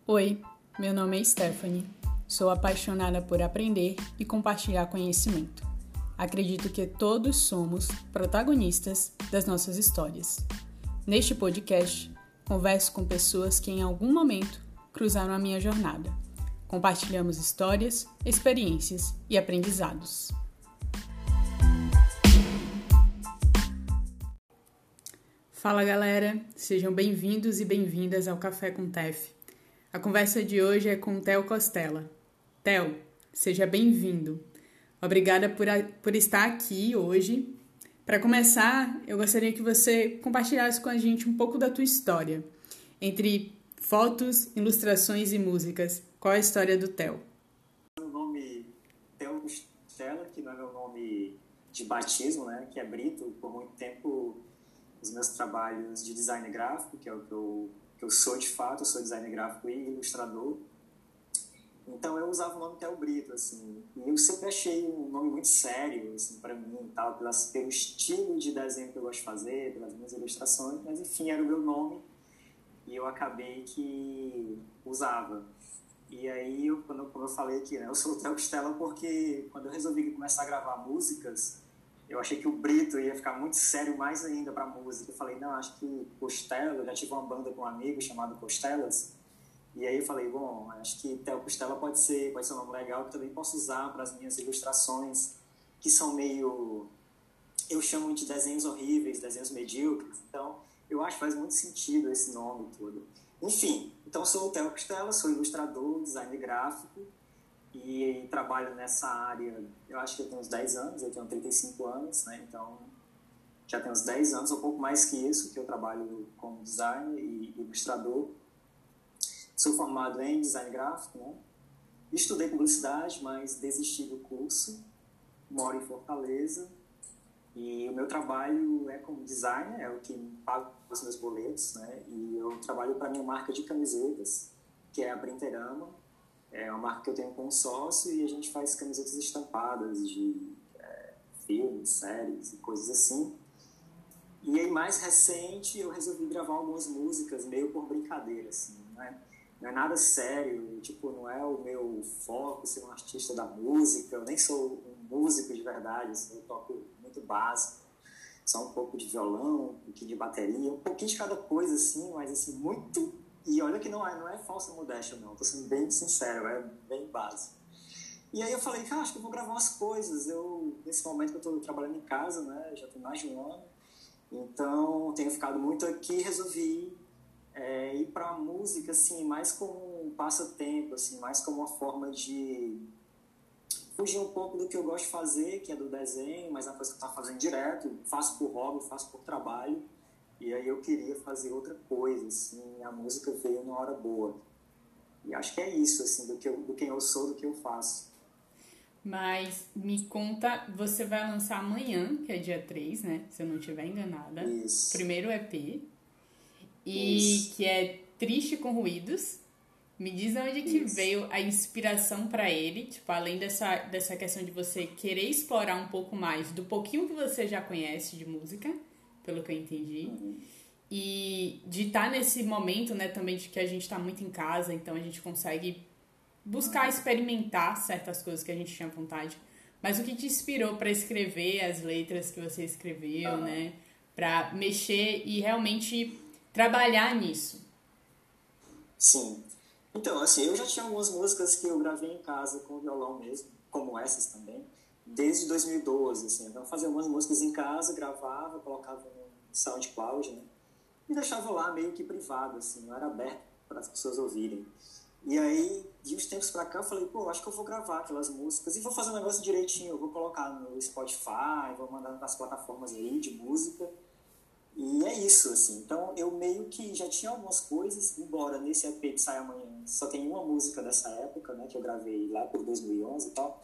Oi, meu nome é Stephanie. Sou apaixonada por aprender e compartilhar conhecimento. Acredito que todos somos protagonistas das nossas histórias. Neste podcast, converso com pessoas que em algum momento cruzaram a minha jornada. Compartilhamos histórias, experiências e aprendizados. Fala galera, sejam bem-vindos e bem-vindas ao Café com Tef. A conversa de hoje é com Theo Costela. Theo, seja bem-vindo. Obrigada por estar aqui hoje. Para começar, eu gostaria que você compartilhasse com a gente um pouco da tua história. Entre fotos, ilustrações e músicas, qual é a história do Theo? Meu nome é Theo Costela, que não é meu nome de batismo, né? Que é Brito. Por muito tempo, os meus trabalhos de design gráfico, que é o que eu sou de fato, eu sou designer gráfico e ilustrador. Então eu usava o nome Theo Brito, assim, e eu sempre achei um nome muito sério, assim, para mim e tal, pelo estilo de desenho que eu gosto de fazer, pelas minhas ilustrações, mas enfim, era o meu nome e eu acabei que usava. E aí, como eu falei aqui, né, eu sou o Theo Costela porque quando eu resolvi começar a gravar músicas, eu achei que o Brito ia ficar muito sério mais ainda para música. Eu falei, não, acho que Costela, eu já tive uma banda com um amigo chamado Costelas. E aí eu falei, bom, acho que Theo Costela pode ser um nome legal que eu também posso usar para as minhas ilustrações, que são meio, eu chamo de desenhos horríveis, desenhos medíocres. Então, eu acho que faz muito sentido esse nome todo. Enfim, então eu sou o Theo Costela, sou ilustrador, designer gráfico, e trabalho nessa área, eu acho que eu tenho uns 10 anos, eu tenho 35 anos, né? Então já tem uns 10 anos, um pouco mais que isso, que eu trabalho como designer e ilustrador. Sou formado em design gráfico, né? Estudei publicidade, mas desisti do curso, moro em Fortaleza, e o meu trabalho é como designer, é o que me paga os meus boletos, né? E eu trabalho para a minha marca de camisetas, que é a Brinterama. É uma marca que eu tenho com um sócio e a gente faz camisetas estampadas de filmes, séries e coisas assim. E aí, mais recente, eu resolvi gravar algumas músicas meio por brincadeira, assim, né? Não é nada sério, tipo, não é o meu foco ser um artista da música, eu nem sou um músico de verdade, assim, eu toco muito básico, só um pouco de violão, um pouquinho de bateria, um pouquinho de cada coisa, assim, mas assim, muito... E olha que não é falsa modéstia, não. Tô sendo bem sincero, é bem básico. E aí eu falei, cara, acho que eu vou gravar umas coisas. Nesse momento que eu tô trabalhando em casa, né, já tem mais de um ano. Então, tenho ficado muito aqui, resolvi ir pra música, assim, mais como um passatempo, assim, mais como uma forma de fugir um pouco do que eu gosto de fazer, que é do desenho, mas é uma coisa que eu tava fazendo direto. Faço por hobby, faço por trabalho. E aí eu queria fazer outra coisa, assim, a música veio numa hora boa. E acho que é isso, assim, do quem eu sou, do que eu faço. Mas me conta, você vai lançar amanhã, que é dia 3, né? Se eu não estiver enganada. Isso. Primeiro EP. Isso. Que é Triste com Ruídos. Me diz onde que veio a inspiração para ele, tipo, além dessa questão de você querer explorar um pouco mais do pouquinho que você já conhece de música, pelo que eu entendi. Uhum. E de estar nesse momento, né, também de que a gente tá muito em casa, então a gente consegue buscar experimentar certas coisas que a gente tinha vontade. Mas o que te inspirou para escrever as letras que você escreveu, né? Para mexer e realmente trabalhar nisso? Sim. Então, assim, eu já tinha algumas músicas que eu gravei em casa com violão mesmo, como essas também, desde 2012, assim. Então, eu fazia algumas músicas em casa, gravava, colocava no SoundCloud, né? E deixava lá meio que privado, assim, não era aberto para as pessoas ouvirem. E aí, de uns tempos pra cá, eu falei, pô, acho que eu vou gravar aquelas músicas e vou fazer um negócio direitinho, eu vou colocar no Spotify, vou mandar nas plataformas aí de música. E é isso, assim. Então, eu meio que já tinha algumas coisas, embora nesse EP que sai amanhã só tem uma música dessa época, né, que eu gravei lá por 2011 e tal.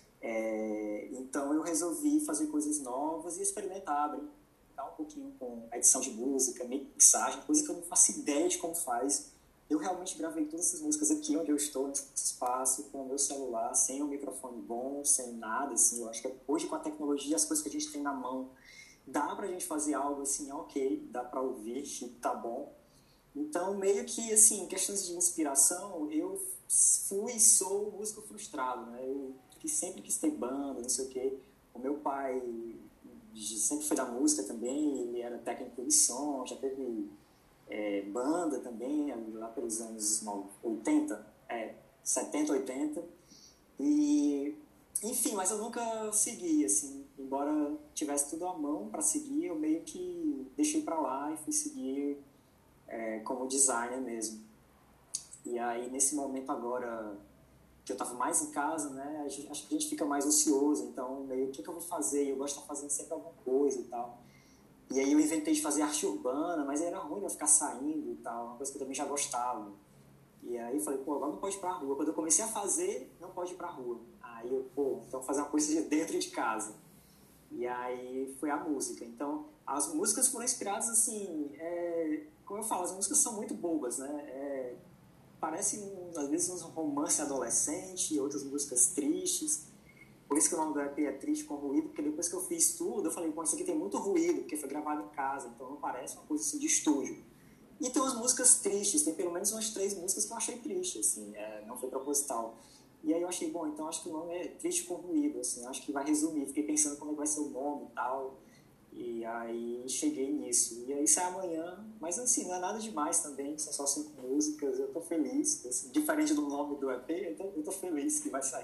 Então, eu resolvi fazer coisas novas e experimentar, brincar um pouquinho com a edição de música, mixagem, coisa que eu não faço ideia de como faz. Eu realmente gravei todas essas músicas aqui onde eu estou, nesse espaço, com o meu celular, sem um microfone bom, sem nada, assim. Eu acho que hoje, com a tecnologia, as coisas que a gente tem na mão, dá pra gente fazer algo assim, ok, dá pra ouvir, tá bom. Então, meio que, assim, questões de inspiração, eu fui e sou músico frustrado, né? Eu sempre quis ter banda, não sei o quê. O meu pai sempre foi da música também, ele era técnico de som, já teve banda também, lá pelos anos 80, 70, 80. E, enfim, mas eu nunca segui, assim, embora tivesse tudo à mão para seguir, eu meio que deixei para lá e fui seguir como designer mesmo. E aí, nesse momento agora que eu estava mais em casa, né, acho que a gente fica mais ocioso, então meio, o que eu vou fazer? Eu gosto de estar fazendo sempre alguma coisa e tal. E aí eu inventei de fazer arte urbana, mas era ruim eu ficar saindo e tal, uma coisa que eu também já gostava. E aí eu falei, pô, agora não pode ir pra rua. Quando eu comecei a fazer, não pode ir pra rua. Aí eu, pô, então fazer uma coisa de dentro de casa. E aí foi a música. Então, as músicas foram inspiradas, assim, como eu falo, as músicas são muito bobas, né? Parecem, às vezes, uns romance adolescente, outras músicas tristes. Por isso que o nome do EP é Triste com Ruído, porque depois que eu fiz tudo, eu falei, bom, isso aqui tem muito ruído, porque foi gravado em casa, então não parece uma coisa assim de estúdio. E tem umas músicas tristes, tem pelo menos umas 3 músicas que eu achei triste, assim, não foi proposital. E aí eu achei, bom, então acho que o nome é Triste com Ruído, assim, acho que vai resumir. Fiquei pensando como é que vai ser o nome e tal, e aí cheguei nisso. E aí sai amanhã, mas assim, não é nada demais também, são só 5 músicas, eu tô feliz, assim, diferente do nome do EP, eu tô feliz que vai sair.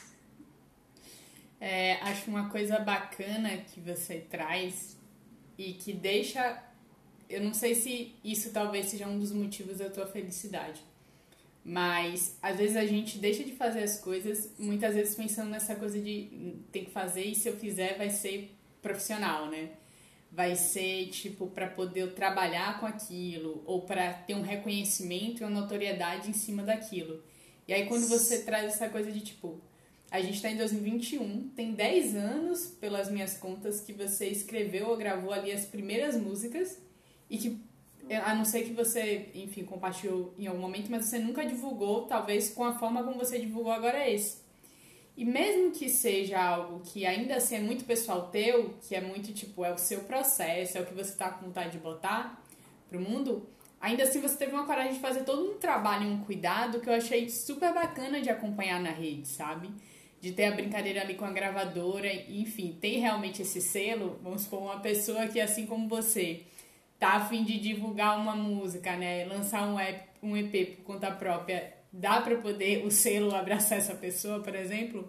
Acho uma coisa bacana que você traz e que deixa. Eu não sei se isso talvez seja um dos motivos da tua felicidade, mas às vezes a gente deixa de fazer as coisas, muitas vezes pensando nessa coisa de tem que fazer e se eu fizer vai ser profissional, né? Vai ser tipo para poder trabalhar com aquilo ou para ter um reconhecimento e uma notoriedade em cima daquilo. E aí quando você traz essa coisa de tipo, a gente está em 2021, tem 10 anos, pelas minhas contas, que você escreveu ou gravou ali as primeiras músicas e que, a não ser que você, enfim, compartilhou em algum momento, mas você nunca divulgou, talvez com a forma como você divulgou agora esse. E mesmo que seja algo que ainda assim é muito pessoal teu, que é muito tipo, é o seu processo, é o que você tá com vontade de botar pro mundo, ainda assim você teve uma coragem de fazer todo um trabalho e um cuidado que eu achei super bacana de acompanhar na rede, sabe? De ter a brincadeira ali com a gravadora, enfim, tem realmente esse selo, vamos supor, uma pessoa que assim como você tá a fim de divulgar uma música, né, lançar um EP por conta própria, dá pra poder o selo abraçar essa pessoa, por exemplo?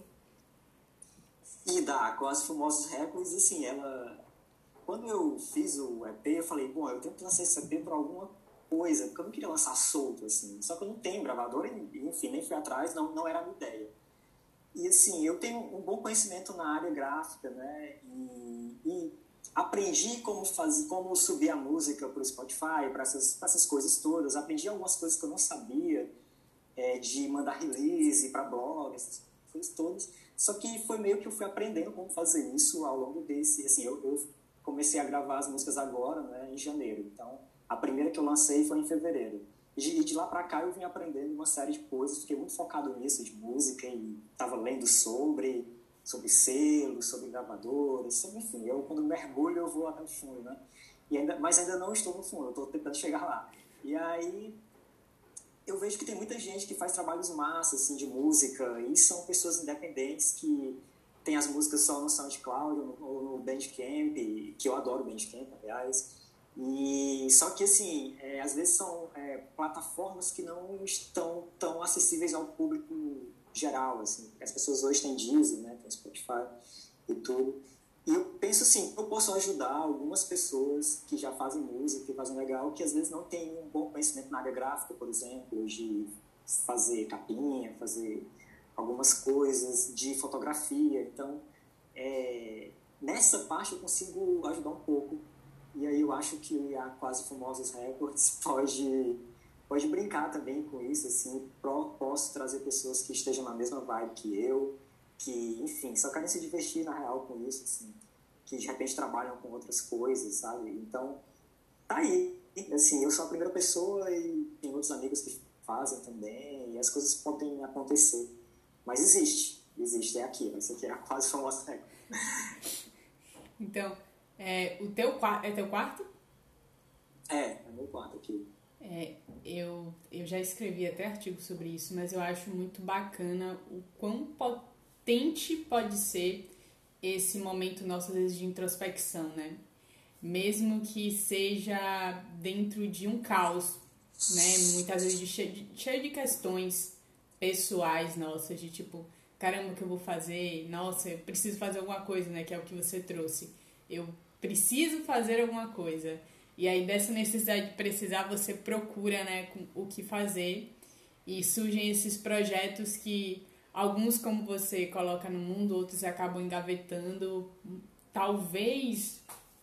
E dá, com as Famosos Records, assim, quando eu fiz o EP, eu falei, bom, eu tenho que lançar esse EP para alguma coisa, porque eu não queria lançar solto, assim. Só que eu não tenho gravador, e, enfim, nem fui atrás, não era a minha ideia. E, assim, eu tenho um bom conhecimento na área gráfica, né? E aprendi como subir a música para o Spotify, para essas coisas todas. Aprendi algumas coisas que eu não sabia, de mandar release para blog, essas coisas todas. Só que foi meio que eu fui aprendendo como fazer isso ao longo desse... Assim, eu comecei a gravar as músicas agora, né, em janeiro. Então, a primeira que eu lancei foi em fevereiro. E de lá pra cá eu vim aprendendo uma série de coisas, fiquei muito focado nisso, de música, e tava lendo sobre selos, sobre gravadoras, sobre, enfim, quando mergulho eu vou até o fundo, né? Mas ainda não estou no fundo, eu estou tentando chegar lá. E aí eu vejo que tem muita gente que faz trabalhos massa, assim, de música, e são pessoas independentes que tem as músicas só no SoundCloud ou no Bandcamp, que eu adoro o Bandcamp, aliás. E só que, assim, às vezes são plataformas que não estão tão acessíveis ao público geral, assim. As pessoas hoje têm Deezer, né, tem Spotify e tudo. E eu penso assim, eu posso ajudar algumas pessoas que já fazem música, que fazem legal, que às vezes não têm um bom conhecimento na área gráfica, por exemplo, de fazer capinha, fazer algumas coisas de fotografia. Então, nessa parte eu consigo ajudar um pouco. E aí eu acho que a Quase Famosos Records pode brincar também com isso, assim, posso trazer pessoas que estejam na mesma vibe que eu, que, enfim, só querem se divertir na real com isso, assim, que de repente trabalham com outras coisas, sabe? Então, tá aí, assim, eu sou a primeira pessoa e tem outros amigos que fazem também, e as coisas podem acontecer. Mas existe, é aqui, isso aqui é a Quase Famosa Record. Então, o teu é teu quarto? É meu quarto aqui. Eu já escrevi até artigo sobre isso, mas eu acho muito bacana o quão potente pode ser esse momento nosso, às vezes, de introspecção, né? Mesmo que seja dentro de um caos, né? Muitas vezes cheio de questões pessoais nossas, de tipo, caramba, o que eu vou fazer? Nossa, eu preciso fazer alguma coisa, né? Que é o que você trouxe. Eu preciso fazer alguma coisa. E aí, dessa necessidade de precisar, você procura, né, o que fazer. E surgem esses projetos que alguns, como você, coloca no mundo, outros acabam engavetando. Talvez,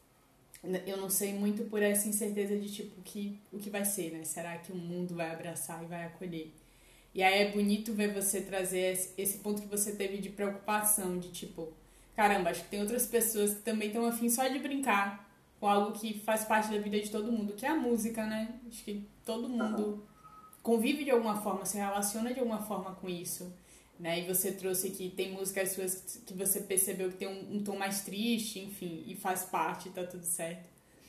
eu não sei, muito por essa incerteza de tipo o que vai ser, né? Será que o mundo vai abraçar e vai acolher? E aí é bonito ver você trazer esse ponto que você teve de preocupação, de tipo, caramba, acho que tem outras pessoas que também estão afim só de brincar com algo que faz parte da vida de todo mundo, que é a música, né? Acho que todo Aham. mundo convive de alguma forma, se relaciona de alguma forma com isso, né? E você trouxe que tem músicas suas que você percebeu que tem um tom mais triste, enfim, e faz parte, tá tudo certo.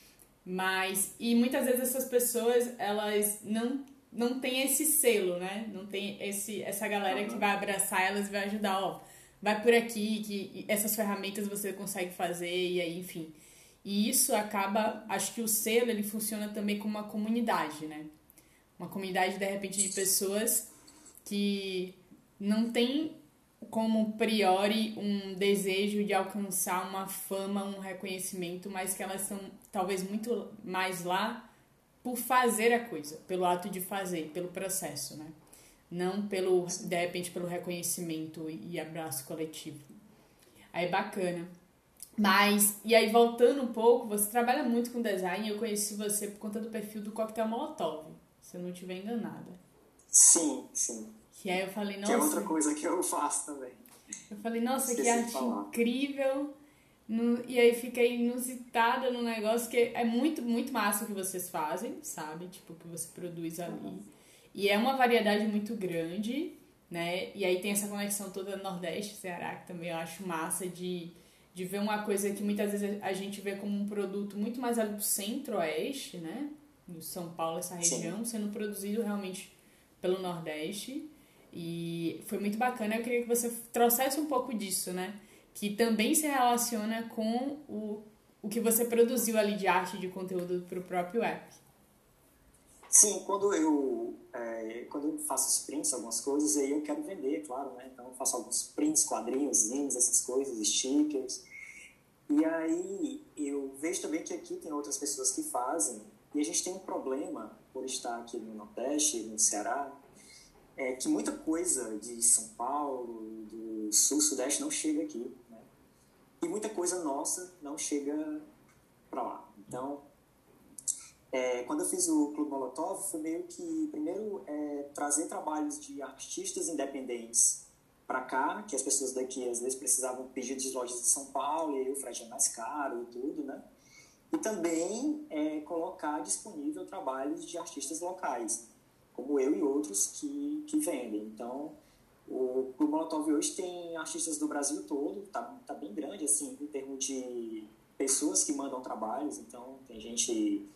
Mas, e muitas vezes essas pessoas, elas não têm esse selo, né? Não tem essa galera que Aham. vai abraçar elas e vai ajudar, ó, vai por aqui, que essas ferramentas você consegue fazer, e aí, enfim. E isso acaba, acho que o selo, ele funciona também como uma comunidade, né? Uma comunidade, de repente, de pessoas que não tem como priori um desejo de alcançar uma fama, um reconhecimento, mas que elas são talvez muito mais lá por fazer a coisa, pelo ato de fazer, pelo processo, né? Não pelo, de repente, pelo reconhecimento e abraço coletivo. Aí bacana. Mas, e aí voltando um pouco, você trabalha muito com design, eu conheci você por conta do perfil do Coquetel Molotov, se eu não estiver enganada. Sim, sim. Que aí eu falei, Que é nossa, outra coisa que eu faço também. que Esqueci de arte falar. incrível. E aí fiquei inusitada no negócio, que é muito, muito massa o que vocês fazem, sabe? Tipo, o que você produz ali. E é uma variedade muito grande, né? E aí tem essa conexão toda Nordeste, Ceará, que também eu acho massa de ver uma coisa que muitas vezes a gente vê como um produto muito mais ali do Centro-Oeste, né? Em São Paulo, essa Sim. região, sendo produzido realmente pelo Nordeste. E foi muito bacana. Eu queria que você trouxesse um pouco disso, né? Que também se relaciona com o que você produziu ali de arte e de conteúdo para o próprio app. Sim, quando eu faço os prints, algumas coisas, aí eu quero vender, claro, né? Então eu faço alguns prints, quadrinhos, zines, essas coisas, stickers. E aí eu vejo também que aqui tem outras pessoas que fazem, e a gente tem um problema, por estar aqui no Nordeste, no Ceará, é que muita coisa de São Paulo, do Sul, Sudeste não chega aqui, né? E muita coisa nossa não chega para lá. Então, quando eu fiz o Clube Molotov, foi meio que, primeiro, trazer trabalhos de artistas independentes para cá, que as pessoas daqui às vezes precisavam pedir de lojas de São Paulo, e aí o frete é mais caro e tudo, né? E também colocar disponível trabalhos de artistas locais, como eu e outros que vendem. Então, o Clube Molotov hoje tem artistas do Brasil todo, tá bem grande, assim, em termos de pessoas que mandam trabalhos. Então, tem gente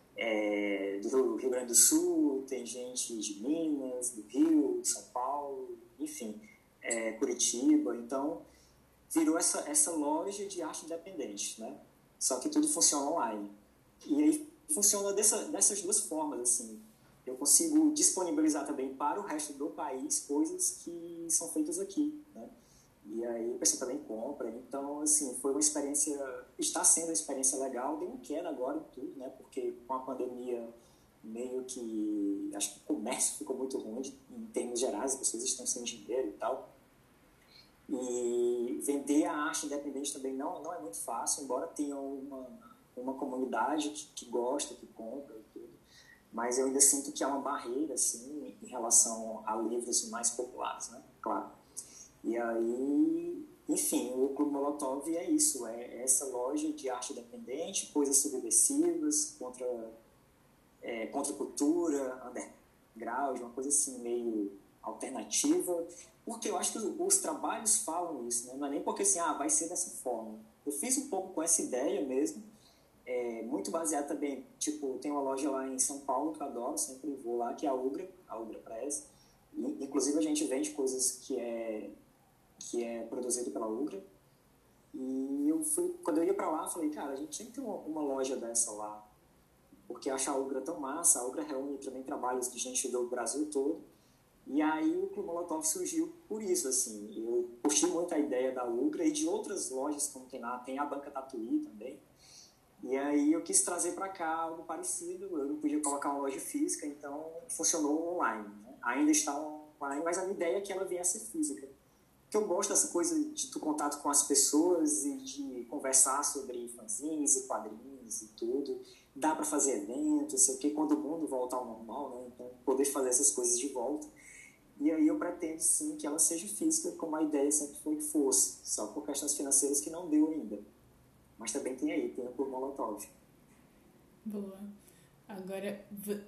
do Rio Grande do Sul, tem gente de Minas, do Rio, de São Paulo, enfim, Curitiba. Então, virou essa loja de arte independente, né? Só que tudo funciona online. E aí funciona dessas duas formas, assim. Eu consigo disponibilizar também para o resto do país coisas que são feitas aqui, né? E aí a pessoa também compra. Então, assim, foi uma experiência, está sendo uma experiência legal. Deu uma queda agora em tudo, né? Porque com a pandemia, meio que, acho que o comércio ficou muito ruim em termos gerais, as pessoas estão sem dinheiro e tal. E vender a arte independente também não é muito fácil, embora tenha uma comunidade que gosta, que compra e tudo. Mas eu ainda sinto que há uma barreira, assim, em relação a livros mais populares, né? Claro. E aí, enfim, o Clube Molotov é isso, é essa loja de arte independente, coisas subversivas, contra cultura, underground, uma coisa assim meio alternativa, porque eu acho que os trabalhos falam isso, né? Não é nem porque assim, vai ser dessa forma. Eu fiz um pouco com essa ideia mesmo, muito baseado também, tipo, tem uma loja lá em São Paulo que eu adoro, sempre vou lá, que é a Ugra Press. Inclusive a gente vende coisas que é produzido pela Ugra. E quando eu ia pra lá, eu falei, cara, a gente tinha que ter uma loja dessa lá, porque eu acho a Ugra tão massa. A Ugra reúne também trabalhos de gente do Brasil todo. E aí o Clube Molotov surgiu por isso, assim. Eu curti muito a ideia da Ugra e de outras lojas, como tem lá, tem a Banca Tatuí também. E aí eu quis trazer para cá algo parecido. Eu não podia colocar uma loja física, então funcionou online, né? Ainda está online, mas a minha ideia é que ela viesse física. Porque eu gosto dessa coisa do contato com as pessoas e de conversar sobre fanzines e quadrinhos e tudo. Dá para fazer eventos, sei o quê, quando o mundo voltar ao normal, né? Então poder fazer essas coisas de volta. E aí eu pretendo sim que ela seja física, como a ideia sempre foi que fosse, só por questões financeiras que não deu ainda. Mas também tem o Clube Molotov. Boa. Agora,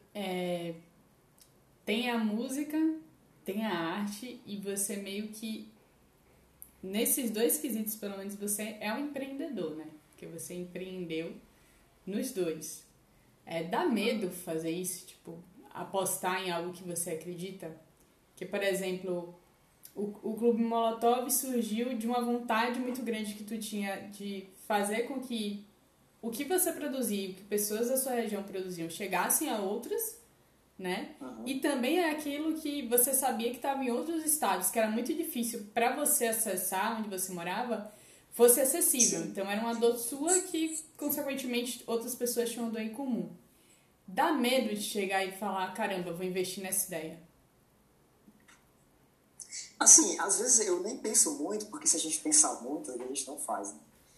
tem a música, tem a arte, e você meio que, nesses dois quesitos, pelo menos, você é um empreendedor, né? Porque você empreendeu nos dois. Dá medo fazer isso, tipo, apostar em algo que você acredita? Que, por exemplo, o Clube Molotov surgiu de uma vontade muito grande que tu tinha de fazer com que o que você produzia, o que pessoas da sua região produziam, chegassem a outras, né? Uhum. E também é aquilo que você sabia que estava em outros estados, que era muito difícil para você acessar onde você morava, fosse acessível. Sim. Então era uma dor sua que, consequentemente, outras pessoas tinham uma dor em comum. Dá medo de chegar e falar, caramba, vou investir nessa ideia. Assim, às vezes eu nem penso muito, porque se a gente pensar muito, a gente não faz, né?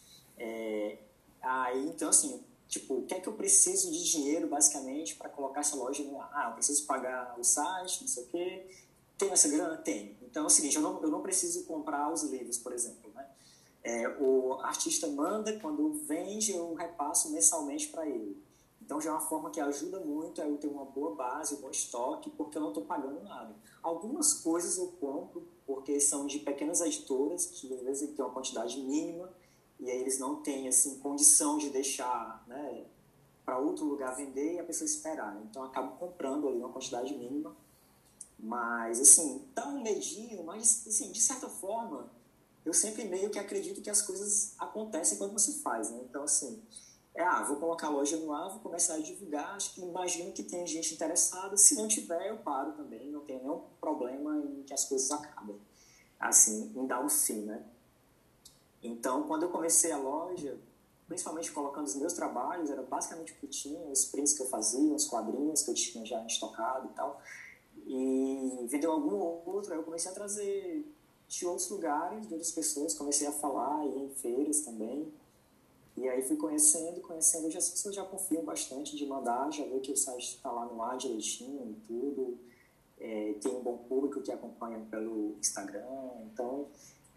Então, assim, tipo, o que é que eu preciso de dinheiro, basicamente, para colocar essa loja no ar? Eu preciso pagar o site, não sei o quê. Tenho essa grana? Tenho. Então é o seguinte, eu não preciso comprar os livros, por exemplo, né? O artista manda, quando vende, eu repasso mensalmente para ele. Então já é uma forma que ajuda muito a eu ter uma boa base, um bom estoque, porque eu não estou pagando nada. Algumas coisas eu compro, porque são de pequenas editoras, que às vezes tem uma quantidade mínima, e aí eles não têm assim, condição de deixar, né, para outro lugar vender e a pessoa esperar. Então eu acabo comprando ali uma quantidade mínima. Mas, assim, dá um medinho, mas, assim, de certa forma, eu sempre meio que acredito que as coisas acontecem quando você faz, né? Então, assim, vou colocar a loja no ar, vou começar a divulgar, acho que imagino que tem gente interessada. Se não tiver, eu paro também, não tenho nenhum problema em que as coisas acabem, assim, em dar um fim, né? Então, quando eu comecei a loja, principalmente colocando os meus trabalhos, era basicamente o que tinha, os prints que eu fazia, os quadrinhos que eu tinha já estocado e tal. E vendeu algum ou outro, aí eu comecei a trazer de outros lugares, de outras pessoas, comecei a falar, ir em feiras também. E aí fui conhecendo, hoje as pessoas já confiam bastante de mandar, já vê que o site está lá no ar direitinho e tudo. Tem um bom público que acompanha pelo Instagram, então,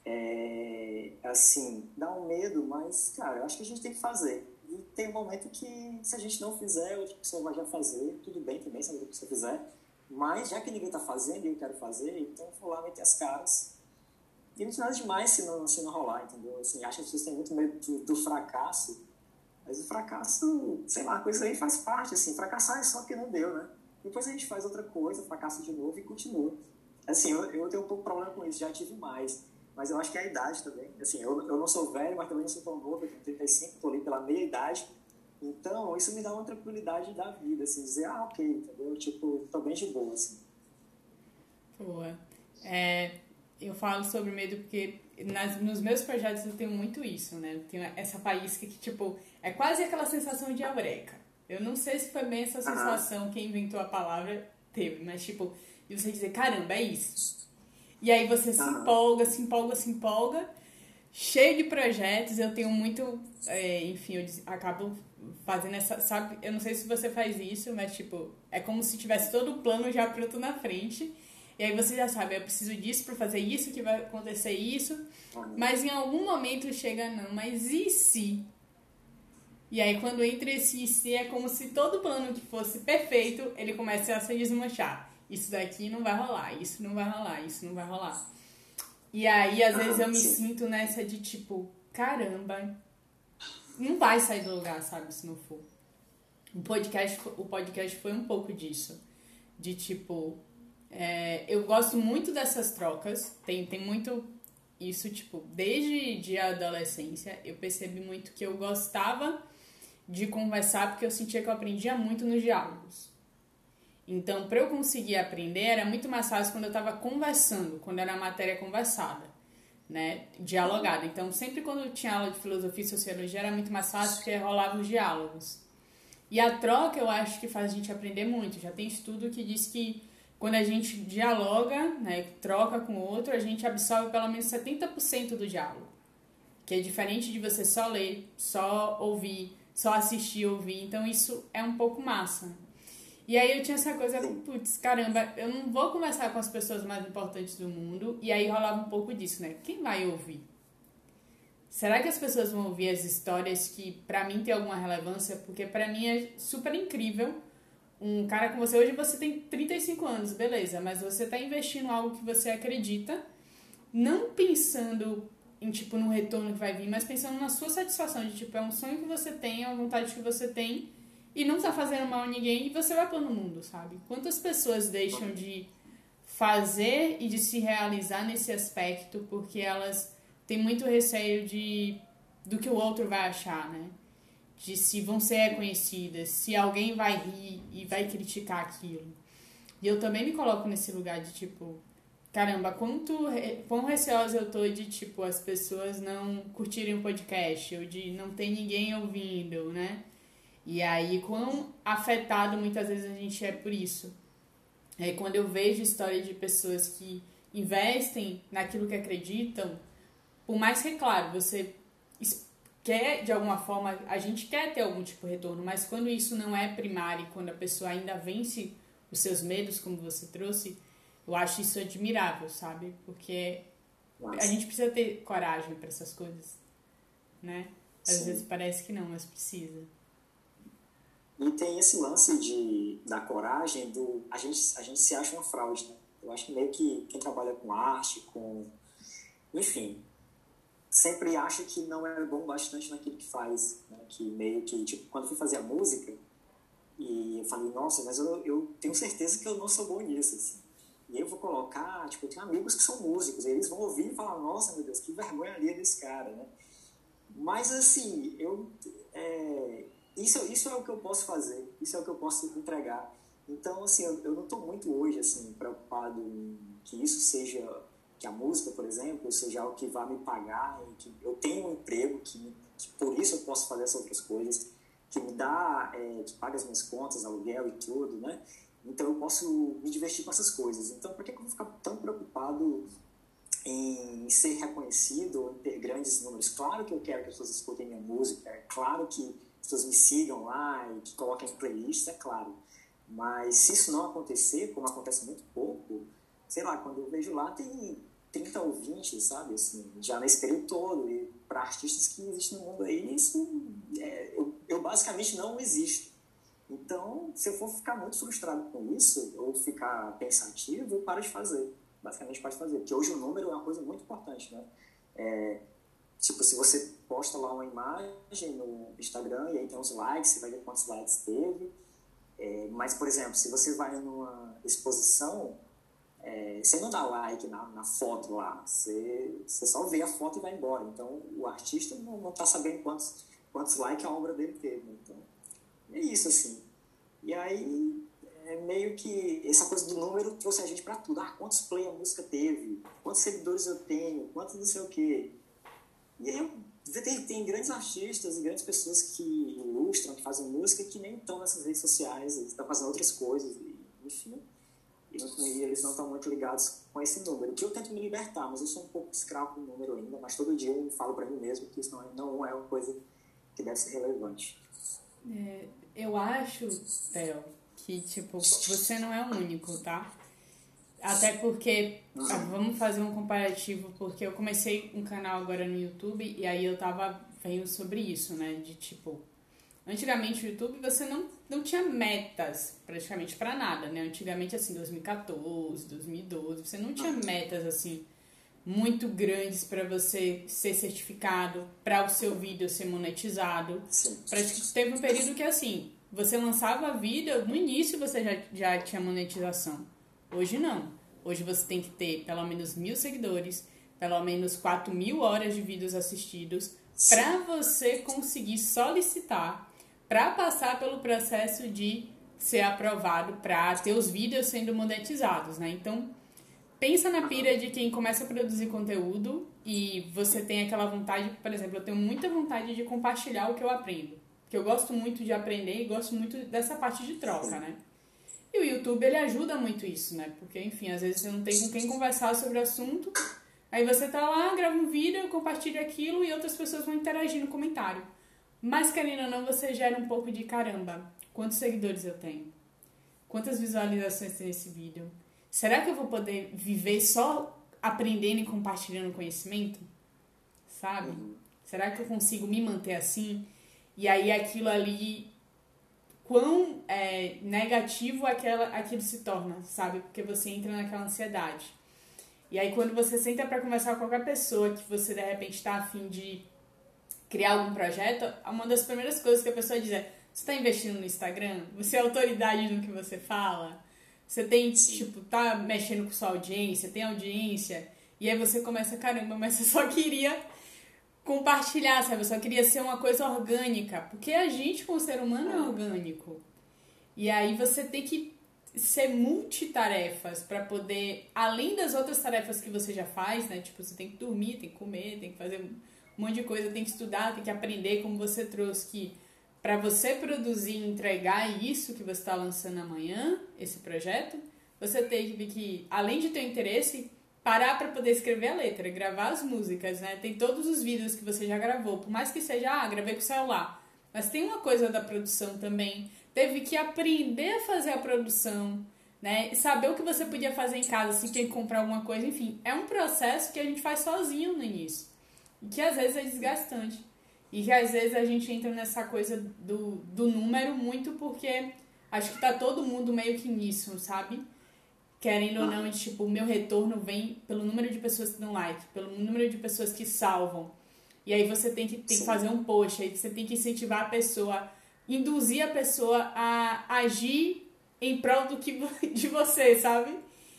assim, dá um medo, mas, cara, eu acho que a gente tem que fazer. E tem um momento que, se a gente não fizer, outra pessoa vai já fazer, tudo bem também, se a outra pessoa fizer. Mas, já que ninguém está fazendo e eu quero fazer, então eu vou lá meter as caras. E não tem nada demais se não rolar, entendeu? Assim, acho que as pessoas têm muito medo do fracasso, mas o fracasso, sei lá, a coisa aí faz parte, assim. Fracassar é só que não deu, né? Depois a gente faz outra coisa, fracassa de novo e continua. Assim, eu tenho um pouco de problema com isso, já tive mais. Mas eu acho que é a idade também. Assim, eu não sou velho, mas também não sou tão novo, eu tenho 35, estou ali pela meia idade. Então, isso me dá uma tranquilidade da vida, assim, dizer, ok, entendeu? Tipo, tô bem de boa, assim. Boa. Eu falo sobre medo porque nos meus projetos eu tenho muito isso, né? Eu tenho essa faísca que, tipo, é quase aquela sensação de eureka. Eu não sei se foi bem essa sensação, quem inventou a palavra teve, mas, tipo, de você dizer, caramba, é isso. E aí você se empolga, cheio de projetos, eu tenho muito, enfim, eu acabo fazendo essa, sabe, eu não sei se você faz isso, mas, tipo, é como se tivesse todo o plano já pronto na frente, e aí você já sabe, eu preciso disso pra fazer isso, que vai acontecer isso, mas em algum momento chega, não, mas e se? E aí quando entra esse e se, é como se todo plano que fosse perfeito, ele comece a se desmanchar. Isso daqui não vai rolar, isso não vai rolar, isso não vai rolar. E aí, às vezes, eu me sinto nessa de tipo, caramba, não vai sair do lugar, sabe, se não for. O podcast foi um pouco disso. De tipo, eu gosto muito dessas trocas. Tem muito isso, tipo, desde a adolescência eu percebi muito que eu gostava de conversar porque eu sentia que eu aprendia muito nos diálogos. Então, para eu conseguir aprender, era muito mais fácil quando eu estava conversando, quando era matéria conversada, né? Dialogada. Então, sempre quando eu tinha aula de filosofia e sociologia, era muito mais fácil porque rolavam os diálogos. E a troca, eu acho que faz a gente aprender muito. Já tem estudo que diz que quando a gente dialoga, né, troca com o outro, a gente absorve pelo menos 70% do diálogo. Que é diferente de você só ler, só ouvir, só assistir, ouvir. Então, isso é um pouco massa. E aí eu tinha essa coisa, putz, caramba, eu não vou conversar com as pessoas mais importantes do mundo. E aí rolava um pouco disso, né? Quem vai ouvir? Será que as pessoas vão ouvir as histórias que pra mim tem alguma relevância? Porque pra mim é super incrível um cara com você. Hoje você tem 35 anos, beleza, mas você tá investindo em algo que você acredita, não pensando em, tipo, no retorno que vai vir, mas pensando na sua satisfação, de, tipo, é um sonho que você tem, é uma vontade que você tem, e não tá fazendo mal a ninguém, e você vai pôr no mundo, sabe? Quantas pessoas deixam de fazer e de se realizar nesse aspecto porque elas têm muito receio do que o outro vai achar, né? De se vão ser reconhecidas, se alguém vai rir e vai criticar aquilo. E eu também me coloco nesse lugar de, tipo, caramba, quão receosa eu tô de, tipo, as pessoas não curtirem o podcast, ou de não ter ninguém ouvindo, né? E aí, quão afetado muitas vezes a gente é por isso. Quando eu vejo história de pessoas que investem naquilo que acreditam, por mais que, claro, você quer, de alguma forma, a gente quer ter algum tipo de retorno, mas quando isso não é primário, quando a pessoa ainda vence os seus medos, como você trouxe, eu acho isso admirável, sabe? Porque a gente precisa ter coragem para essas coisas, né? Às vezes parece que não, mas precisa. E tem esse lance da coragem, a gente se acha uma fraude, né? Eu acho que meio que quem trabalha com arte, enfim, sempre acha que não é bom bastante naquilo que faz, né? Que meio que, tipo, quando eu fui fazer a música, e eu falei, nossa, mas eu tenho certeza que eu não sou bom nisso, assim. E aí eu vou colocar, tipo, eu tenho amigos que são músicos, e eles vão ouvir e falar, nossa, meu Deus, que vergonha ali desse cara, né? Mas, assim, isso é o que eu posso fazer, isso é o que eu posso entregar. Então, assim, eu não estou muito hoje, assim, preocupado em que isso seja, que a música, por exemplo, seja algo que vá me pagar, e que eu tenho um emprego, que por isso eu posso fazer essas outras coisas, que me dá, que paga as minhas contas, aluguel e tudo, né? Então eu posso me divertir com essas coisas. Então por que eu vou ficar tão preocupado em ser reconhecido ou em ter grandes números? Claro que eu quero que as pessoas escutem minha música, é claro que as pessoas me sigam lá e que coloquem playlists, é claro. Mas se isso não acontecer, como acontece muito pouco, sei lá, quando eu vejo lá tem 30 ouvintes, sabe, assim, já nesse período todo, e para artistas que existem no mundo aí, isso, eu basicamente não existo. Então, se eu for ficar muito frustrado com isso, ou ficar pensativo, eu paro de fazer. Basicamente, paro de fazer. Porque hoje o número é uma coisa muito importante, né? Tipo, se você posta lá uma imagem no Instagram e aí tem uns likes, você vai ver quantos likes teve. Mas, por exemplo, se você vai numa exposição, você não dá like na foto lá, você só vê a foto e vai embora. Então, o artista não está sabendo quantos likes a obra dele teve. Então, é isso, assim. E aí, meio que essa coisa do número trouxe a gente pra tudo. Quantos play a música teve? Quantos seguidores eu tenho? Quantos não sei o quê? E aí, tem grandes artistas e grandes pessoas que ilustram, que fazem música, que nem estão nessas redes sociais, eles estão fazendo outras coisas, enfim. E eles não estão muito ligados com esse número. Que eu tento me libertar, mas eu sou um pouco escravo do número ainda, mas todo dia eu falo pra mim mesmo que isso não é uma coisa que deve ser relevante. Eu acho, Theo, que, tipo, você não é o único, tá? Até porque, vamos fazer um comparativo, porque eu comecei um canal agora no YouTube e aí eu tava vendo sobre isso, né? De, tipo, antigamente o YouTube você não tinha metas praticamente pra nada, né? Antigamente, assim, 2014, 2012, você não tinha metas, assim, muito grandes para você ser certificado, para o seu vídeo ser monetizado. Sim. Teve um período que, assim, você lançava vídeo, no início você já tinha monetização. Hoje não. Hoje você tem que ter pelo menos 1.000 seguidores, pelo menos 4.000 horas de vídeos assistidos, para você conseguir solicitar, para passar pelo processo de ser aprovado, para ter os vídeos sendo monetizados, né? Então, pensa na pira de quem começa a produzir conteúdo e você tem aquela vontade, por exemplo, eu tenho muita vontade de compartilhar o que eu aprendo. Porque eu gosto muito de aprender e gosto muito dessa parte de troca, né? E o YouTube, ele ajuda muito isso, né? Porque, enfim, às vezes você não tem com quem conversar sobre o assunto, aí você tá lá, grava um vídeo, compartilha aquilo e outras pessoas vão interagir no comentário. Mas, querendo ou não, você gera um pouco de caramba. Quantos seguidores eu tenho? Quantas visualizações tem esse vídeo? Será que eu vou poder viver só aprendendo e compartilhando conhecimento? Sabe? Será que eu consigo me manter assim? E aí aquilo ali, quão negativo aquilo se torna, sabe? Porque você entra naquela ansiedade. E aí quando você senta para conversar com qualquer pessoa que você de repente está a fim de criar algum projeto, uma das primeiras coisas que a pessoa diz é: você está investindo no Instagram? Você é autoridade no que você fala? Você tem, tipo, tá mexendo com sua audiência, tem audiência, e aí você começa, caramba, mas eu só queria compartilhar, sabe? Eu só queria ser uma coisa orgânica, porque a gente, como ser humano, é orgânico. E aí você tem que ser multitarefas para poder, além das outras tarefas que você já faz, né? Tipo, você tem que dormir, tem que comer, tem que fazer um monte de coisa, tem que estudar, tem que aprender, como você trouxe que para você produzir e entregar isso que você está lançando amanhã, esse projeto, você tem que, além de ter interesse, parar para poder escrever a letra, gravar as músicas, né? Tem todos os vídeos que você já gravou, por mais que seja, gravei com o celular. Mas tem uma coisa da produção também. Teve que aprender a fazer a produção, né? Saber o que você podia fazer em casa, se tinha que comprar alguma coisa, enfim. É um processo que a gente faz sozinho no início. E que às vezes é desgastante. E que às vezes a gente entra nessa coisa do número muito porque acho que tá todo mundo meio que nisso, sabe? Querendo ou não, tipo, o meu retorno vem pelo número de pessoas que dão like, pelo número de pessoas que salvam. E aí você tem que fazer um post, aí você tem que incentivar a pessoa, induzir a pessoa a agir em prol de você, sabe?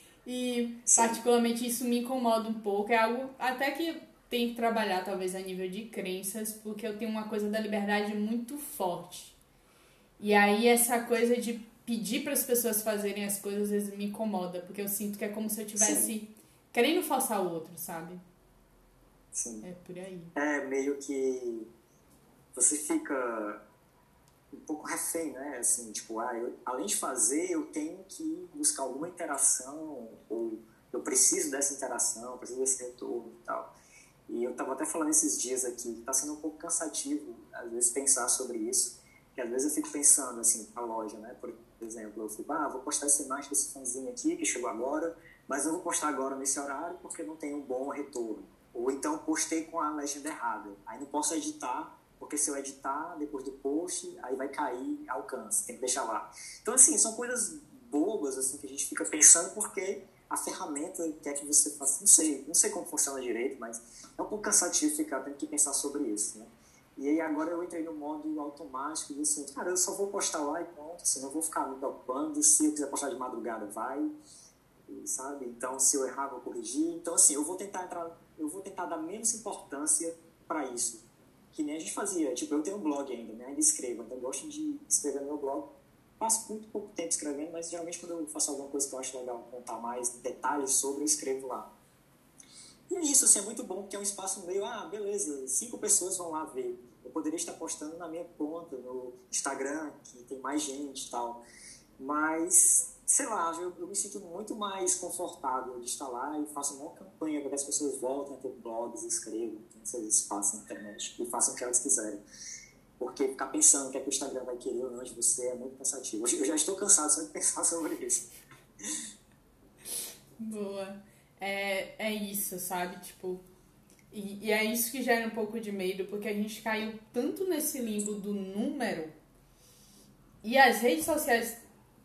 E particularmente isso me incomoda um pouco. É algo até que tem que trabalhar talvez a nível de crenças, porque eu tenho uma coisa da liberdade muito forte. E aí essa coisa de pedir para as pessoas fazerem as coisas às vezes me incomoda, porque eu sinto que é como se eu estivesse querendo forçar o outro, sabe? Sim. É por aí. É meio que você fica um pouco refém, né? Assim, tipo, além de fazer, eu tenho que buscar alguma interação, ou eu preciso dessa interação, preciso desse retorno e tal. E eu estava até falando esses dias aqui, que está sendo um pouco cansativo, às vezes, pensar sobre isso. Que às vezes eu fico pensando, assim, a loja, né? Por exemplo, eu fico, vou postar essa imagem desse fãzinho aqui, que chegou agora, mas eu vou postar agora nesse horário porque não tem um bom retorno. Ou então postei com a legenda errada. Aí não posso editar, porque se eu editar depois do post, aí vai cair alcance, tem que deixar lá. Então, assim, são coisas bobas, assim, que a gente fica pensando porque a ferramenta quer que você faça, não sei como funciona direito, mas é um pouco cansativo ficar tendo que pensar sobre isso, né? E aí agora eu entrei no modo automático e assim, cara, eu só vou postar lá e pronto, assim, não vou ficar me preocupando, se eu quiser postar de madrugada, vai, sabe? Então, se eu errar, vou corrigir. Então, assim, eu vou tentar dar menos importância para isso, que nem a gente fazia. Tipo, eu tenho um blog ainda, né? Ainda escrevo, então eu gosto de escrever no meu blog. Passo muito pouco tempo escrevendo, mas geralmente quando eu faço alguma coisa que eu acho legal contar mais detalhes sobre, eu escrevo lá. E é isso, assim, é muito bom, porque é um espaço meio, beleza, 5 pessoas vão lá ver. Eu poderia estar postando na minha conta, no Instagram, que tem mais gente e tal. Mas, sei lá, eu me sinto muito mais confortável de estar lá e faço uma campanha para que as pessoas voltem a ter blogs, escrevam, tenham esses espaços na internet e façam o que elas quiserem. Porque ficar pensando o que é que o Instagram vai querer ou não de você é muito cansativo. Eu já estou cansado só de pensar sobre isso. Boa. É isso, sabe? Tipo, e é isso que gera um pouco de medo, porque a gente caiu tanto nesse limbo do número e as redes sociais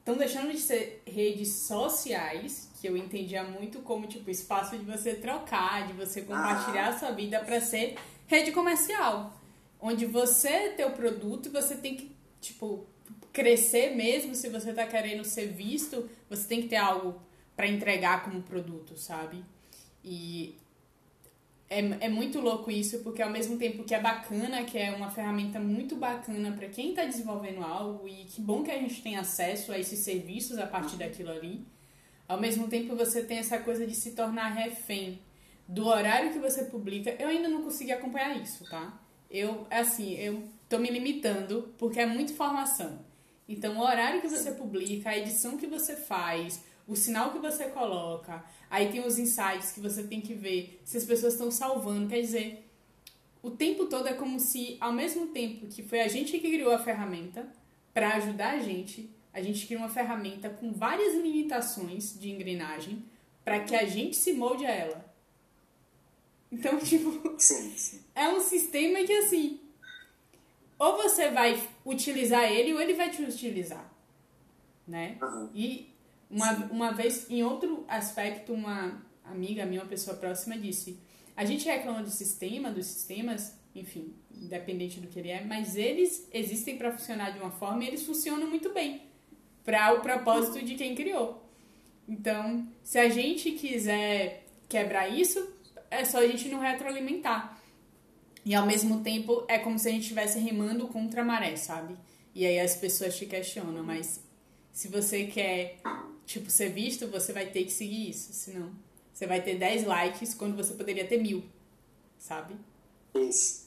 estão deixando de ser redes sociais, que eu entendia muito como, tipo, espaço de você trocar, de você compartilhar a sua vida, para ser rede comercial. Onde você, teu produto, você tem que, tipo, crescer mesmo. Se você tá querendo ser visto, você tem que ter algo para entregar como produto, sabe? E é muito louco isso, porque ao mesmo tempo que é bacana, que é uma ferramenta muito bacana para quem está desenvolvendo algo, e que bom que a gente tem acesso a esses serviços a partir daquilo ali, ao mesmo tempo você tem essa coisa de se tornar refém do horário que você publica. Eu ainda não consegui acompanhar isso, tá? Eu tô me limitando, porque é muita informação. Então, o horário que você publica, a edição que você faz, o sinal que você coloca, aí tem os insights que você tem que ver se as pessoas estão salvando. Quer dizer, o tempo todo é como se, ao mesmo tempo que foi a gente que criou a ferramenta para ajudar a gente cria uma ferramenta com várias limitações de engrenagem para que a gente se molde a ela. Então, tipo, é um sistema que, assim, ou você vai utilizar ele ou ele vai te utilizar, né? E uma vez, em outro aspecto, uma amiga minha, uma pessoa próxima, disse: a gente reclama do sistema, dos sistemas, enfim, independente do que ele é, mas eles existem para funcionar de uma forma e eles funcionam muito bem para o propósito de quem criou. Então, se a gente quiser quebrar isso, é só a gente não retroalimentar. E ao mesmo tempo é como se a gente estivesse remando contra a maré, sabe? E aí as pessoas te questionam, mas se você quer, tipo, ser visto, você vai ter que seguir isso. Senão, você vai ter 10 likes quando você poderia ter 1000, sabe? Isso.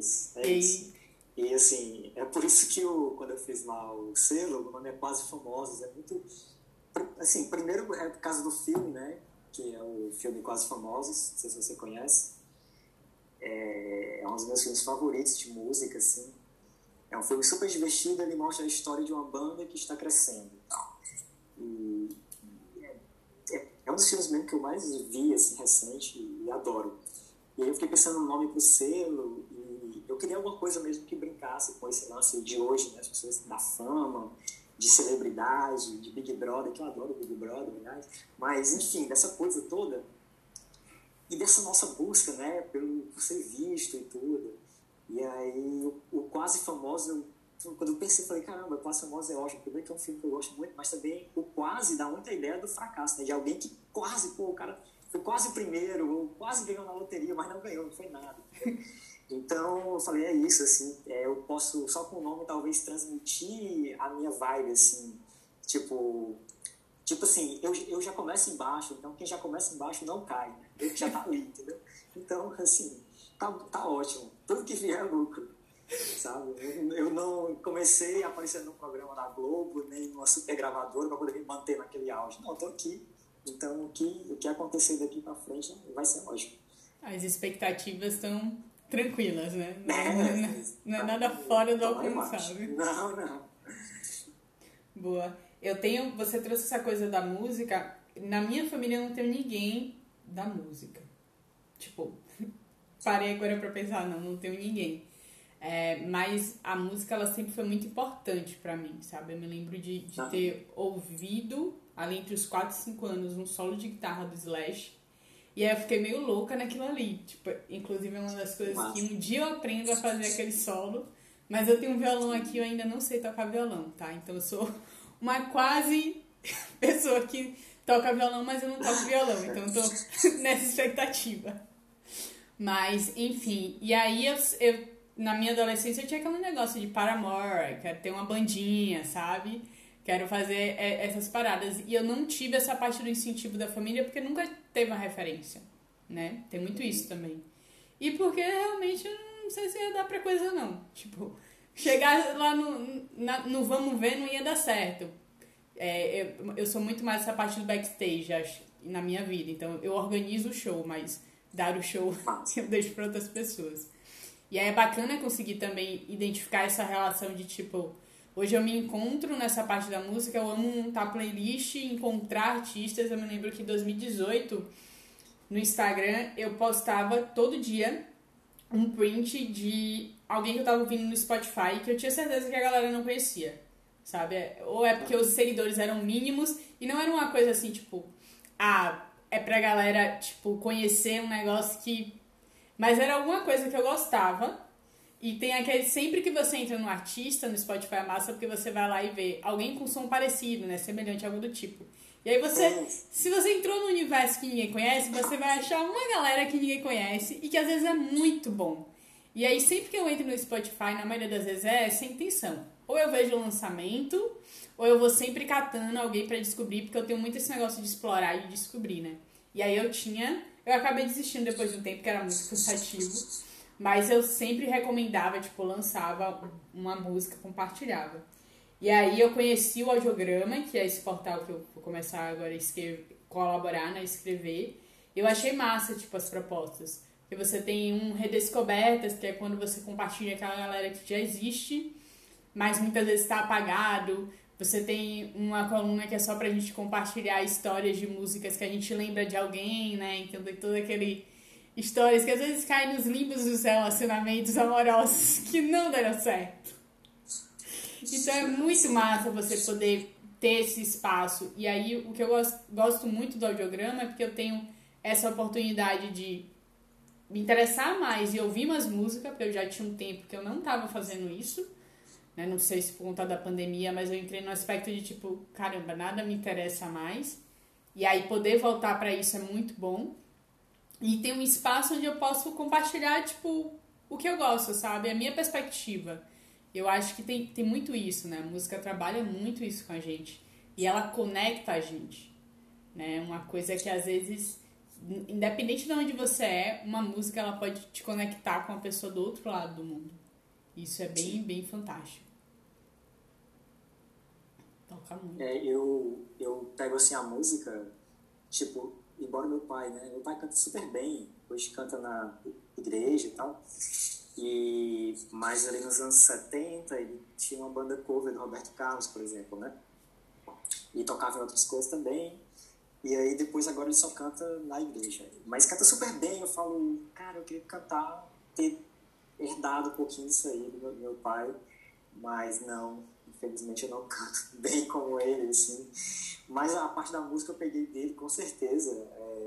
E assim, é por isso que quando eu fiz lá o selo, o nome é Quase Famosos. É muito... Assim, primeiro é por causa do filme, né? Que é o filme Quase Famosos, não sei se você conhece. É um dos meus filmes favoritos de música, assim. É um filme super divertido, ele mostra a história de uma banda que está crescendo e tal. E é um dos filmes mesmo que eu mais vi, assim, recente, e adoro. E aí eu fiquei pensando no nome pro selo, e eu queria alguma coisa mesmo que brincasse com esse lance de hoje, né? As pessoas da fama, de celebridade, de Big Brother, que eu adoro Big Brother, aliás. Mas, enfim, dessa coisa toda, e dessa nossa busca, né, por ser visto e tudo. E aí, o Quase Famoso, quando eu pensei, falei, caramba, Quase Famoso é ótimo. Primeiro que é um filme que eu gosto muito, mas também o quase dá muita ideia do fracasso, né? De alguém que quase, o cara foi quase o primeiro, ou quase ganhou na loteria, mas não ganhou, não foi nada. Então, eu falei, é isso, assim, eu posso, só com o nome, talvez, transmitir a minha vibe, assim, tipo assim, eu já começo embaixo, então quem já começa embaixo não cai, né? Ele já tá ali, entendeu? Então, assim, tá ótimo. Tudo que vier é lucro, sabe? Eu não comecei aparecendo no programa da Globo, nem numa super gravadora para poder me manter naquele auge. Não, eu tô aqui. Então, o que acontecer daqui para frente vai ser ótimo. As expectativas estão tranquilas, né? Não é nada fora do alcançável. Não. Boa. Você trouxe essa coisa da música. Na minha família eu não tenho ninguém da música. Tipo, parei agora pra pensar, não tenho ninguém. Mas a música, ela sempre foi muito importante pra mim, sabe? Eu me lembro de ter ouvido, ali entre os 4 e 5 anos, um solo de guitarra do Slash. E aí eu fiquei meio louca naquilo ali. Tipo, inclusive é uma das coisas que um dia eu aprendo a fazer aquele solo. Mas eu tenho um violão aqui e eu ainda não sei tocar violão, tá? Então eu sou uma quase pessoa que toca violão, mas eu não toco violão. Então eu tô nessa expectativa. Mas, enfim. E aí eu na minha adolescência eu tinha aquele negócio de Paramore, quero ter uma bandinha, sabe? Quero fazer essas paradas. E eu não tive essa parte do incentivo da família porque nunca teve uma referência, né? Tem muito isso também. E porque realmente eu não sei se ia dar pra coisa, não. Tipo, chegar lá no vamos ver não ia dar certo. Eu sou muito mais essa parte do backstage, acho, na minha vida. Então, eu organizo o show, mas dar o show eu deixo pra outras pessoas. E aí é bacana conseguir também identificar essa relação de, tipo, hoje eu me encontro nessa parte da música, eu amo montar playlist, encontrar artistas. Eu me lembro que em 2018, no Instagram, eu postava todo dia um print de alguém que eu tava ouvindo no Spotify, que eu tinha certeza que a galera não conhecia. sabe? Ou é porque os seguidores eram mínimos e não era uma coisa assim, tipo, é pra galera, tipo, conhecer um negócio que... Mas era alguma coisa que eu gostava. E tem aquele, sempre que você entra no artista, no Spotify é massa, porque você vai lá e vê alguém com som parecido, né? Semelhante, algo do tipo. E aí você, se você entrou no universo que ninguém conhece, você vai achar uma galera que ninguém conhece e que às vezes é muito bom. E aí sempre que eu entro no Spotify, na maioria das vezes é sem intenção. Ou eu vejo o lançamento, ou eu vou sempre catando alguém pra descobrir, porque eu tenho muito esse negócio de explorar e descobrir, né? E aí eu acabei desistindo depois de um tempo, que era muito cansativo. Mas eu sempre recomendava, tipo, lançava uma música, compartilhava. E aí eu conheci o Audiograma, que é esse portal que eu vou começar agora a colaborar, né, escrever. Eu achei massa, tipo, as propostas. Porque você tem um Redescobertas, que é quando você compartilha aquela galera que já existe, mas muitas vezes está apagado. Você tem uma coluna que é só pra gente compartilhar histórias de músicas que a gente lembra de alguém, né? Então tem todo aquele... histórias que às vezes caem nos limbos dos relacionamentos amorosos que não deram certo. Então é muito massa você poder ter esse espaço. E aí o que eu gosto muito do Audiograma é porque eu tenho essa oportunidade de me interessar mais e ouvir mais música, porque eu já tinha um tempo que eu não estava fazendo isso, né? Não sei se por conta da pandemia, mas eu entrei no aspecto de tipo, caramba, nada me interessa mais. E aí poder voltar para isso é muito bom. E tem um espaço onde eu posso compartilhar, tipo, o que eu gosto, sabe? A minha perspectiva. Eu acho que tem muito isso, né? A música trabalha muito isso com a gente. E ela conecta a gente, né? Uma coisa que, às vezes, independente de onde você é, uma música, ela pode te conectar com a pessoa do outro lado do mundo. Isso é bem, bem fantástico. Toca muito. Eu pego, assim, a música, tipo... Embora meu pai, né? Meu pai canta super bem, hoje canta na igreja e tal. Mas ali nos anos 70 ele tinha uma banda cover do Roberto Carlos, por exemplo, né? E tocava em outras coisas também. E aí depois agora ele só canta na igreja. Mas canta super bem, eu falo, cara, eu queria cantar, ter herdado um pouquinho disso aí do meu pai. Mas não, infelizmente eu não canto bem como ele, assim. Mas a parte da música eu peguei dele, com certeza.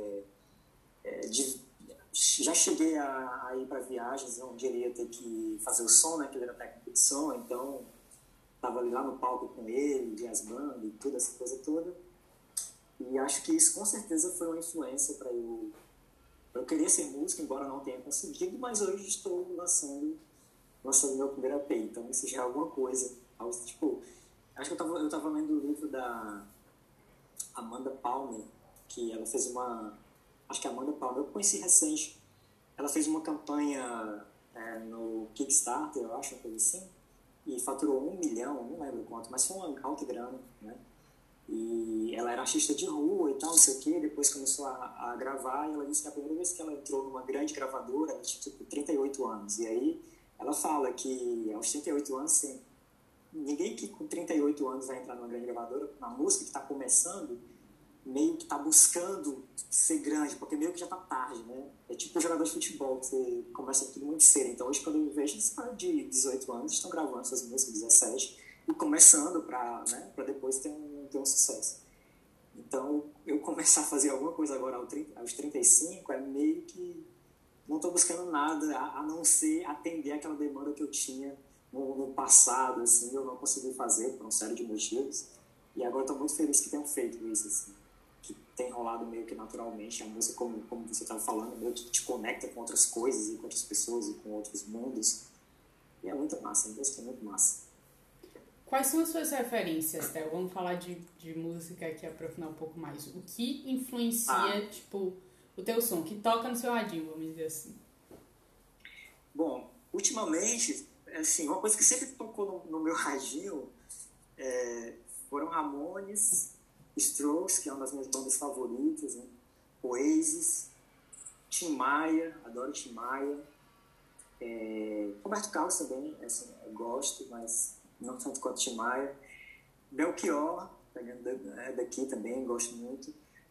Já cheguei a ir para viagens onde ele ia ter que fazer o som, né? Que ele era técnico de som, então estava ali lá no palco com ele, de as bandas e toda essa coisa toda. E acho que isso com certeza foi uma influência para eu querer ser músico, embora não tenha conseguido, mas hoje estou lançando meu primeiro EP, então isso já é alguma coisa. Tipo, acho que eu tava lendo o livro da Amanda Palmer, que ela fez acho que a Amanda Palmer, eu conheci recente, ela fez uma campanha no Kickstarter, eu acho, uma coisa assim, e faturou 1 milhão, não lembro quanto, mas foi uma alta grana, né? E ela era artista de rua e tal, não sei o quê, depois começou a gravar, e ela disse que a primeira vez que ela entrou numa grande gravadora, ela tinha tipo 38 anos, e aí ela fala que aos 38 anos, assim, ninguém que com 38 anos vai entrar numa grande gravadora, na música que está começando, meio que está buscando ser grande, porque meio que já está tarde, né? É tipo um jogador de futebol, que você começa tudo muito cedo. Então hoje quando eu vejo, esses caras de 18 anos estão gravando suas músicas, 17, e começando para, né, depois ter um sucesso. Então eu começar a fazer alguma coisa agora aos 35 é meio que não estou buscando nada a não ser atender aquela demanda que eu tinha no passado, assim, eu não consegui fazer por uma série de motivos. E agora estou muito feliz que tenham feito isso, assim, que tem rolado meio que naturalmente. A música, como você estava falando, meio que te conecta com outras coisas e com outras pessoas e com outros mundos. E é muito massa, a música é muito massa. Quais são as suas referências, Theo? Vamos falar de música aqui, aprofundar um pouco mais. O que influencia, tipo, o teu som? Que toca no seu radinho, vamos dizer assim. Bom, ultimamente, assim, uma coisa que sempre tocou no meu radinho foram Ramones, Strokes, que é uma das minhas bandas favoritas, né? Oasis, Tim Maia, adoro Tim Maia, Roberto Carlos também, assim, eu gosto, mas não tanto quanto Tim Maia, Belchior, daqui também, gosto muito,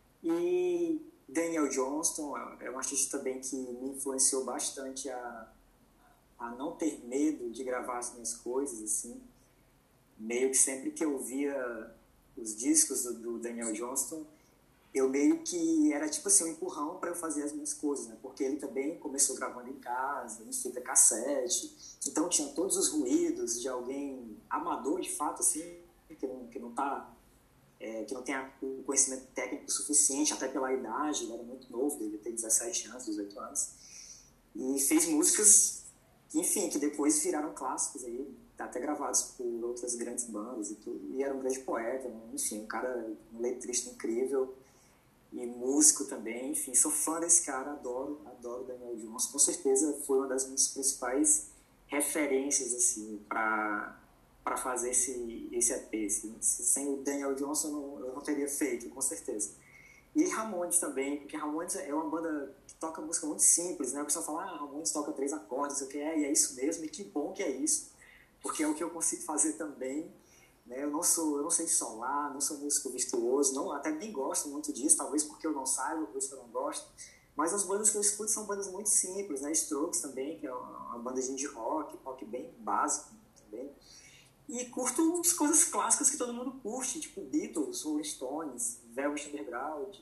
e Daniel Johnston é um artista também que me influenciou bastante a não ter medo de gravar as minhas coisas, assim. meio que sempre que eu via os discos do Daniel Johnston, eu meio que era tipo assim um empurrão para eu fazer as minhas coisas, né? Porque ele também começou gravando em casa, em fita cassete, então tinha todos os ruídos de alguém amador de fato, assim, que não tá, que não tem o conhecimento técnico suficiente, até pela idade, ele era muito novo, devia ter 17 anos, 18 anos, e fez músicas, enfim, que depois viraram clássicos aí, até gravados por outras grandes bandas e tudo, e era um grande poeta, né? Enfim, um cara, um letrista incrível, e músico também, enfim, sou fã desse cara, adoro Daniel Johnston, com certeza foi uma das minhas principais referências, assim, para fazer esse EP, assim. Sem o Daniel Johnston eu não teria feito, com certeza. E Ramones também, porque Ramones é uma banda que toca música muito simples, né? O pessoal fala, Ramones toca 3 acordes, o que é, e é isso mesmo, e que bom que é isso, porque é o que eu consigo fazer também. Né? Eu não sei solar, não sou músico virtuoso, não, até nem gosto muito disso, talvez porque eu não saiba, por isso que eu não gosto. Mas as bandas que eu escuto são bandas muito simples, né? Strokes também, que é uma banda de indie rock bem básico também. E curto as coisas clássicas que todo mundo curte, tipo Beatles, Rolling Stones, Velvet Underground,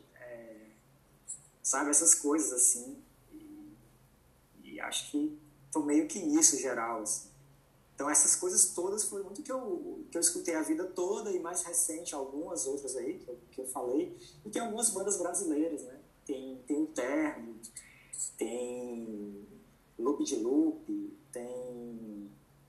sabe? Essas coisas assim. E acho que tô meio que nisso geral, assim. Então essas coisas todas foi muito que eu escutei a vida toda, e mais recente algumas outras aí que eu falei, e tem algumas bandas brasileiras, né? Tem o Terno, tem Loop de Loop, tem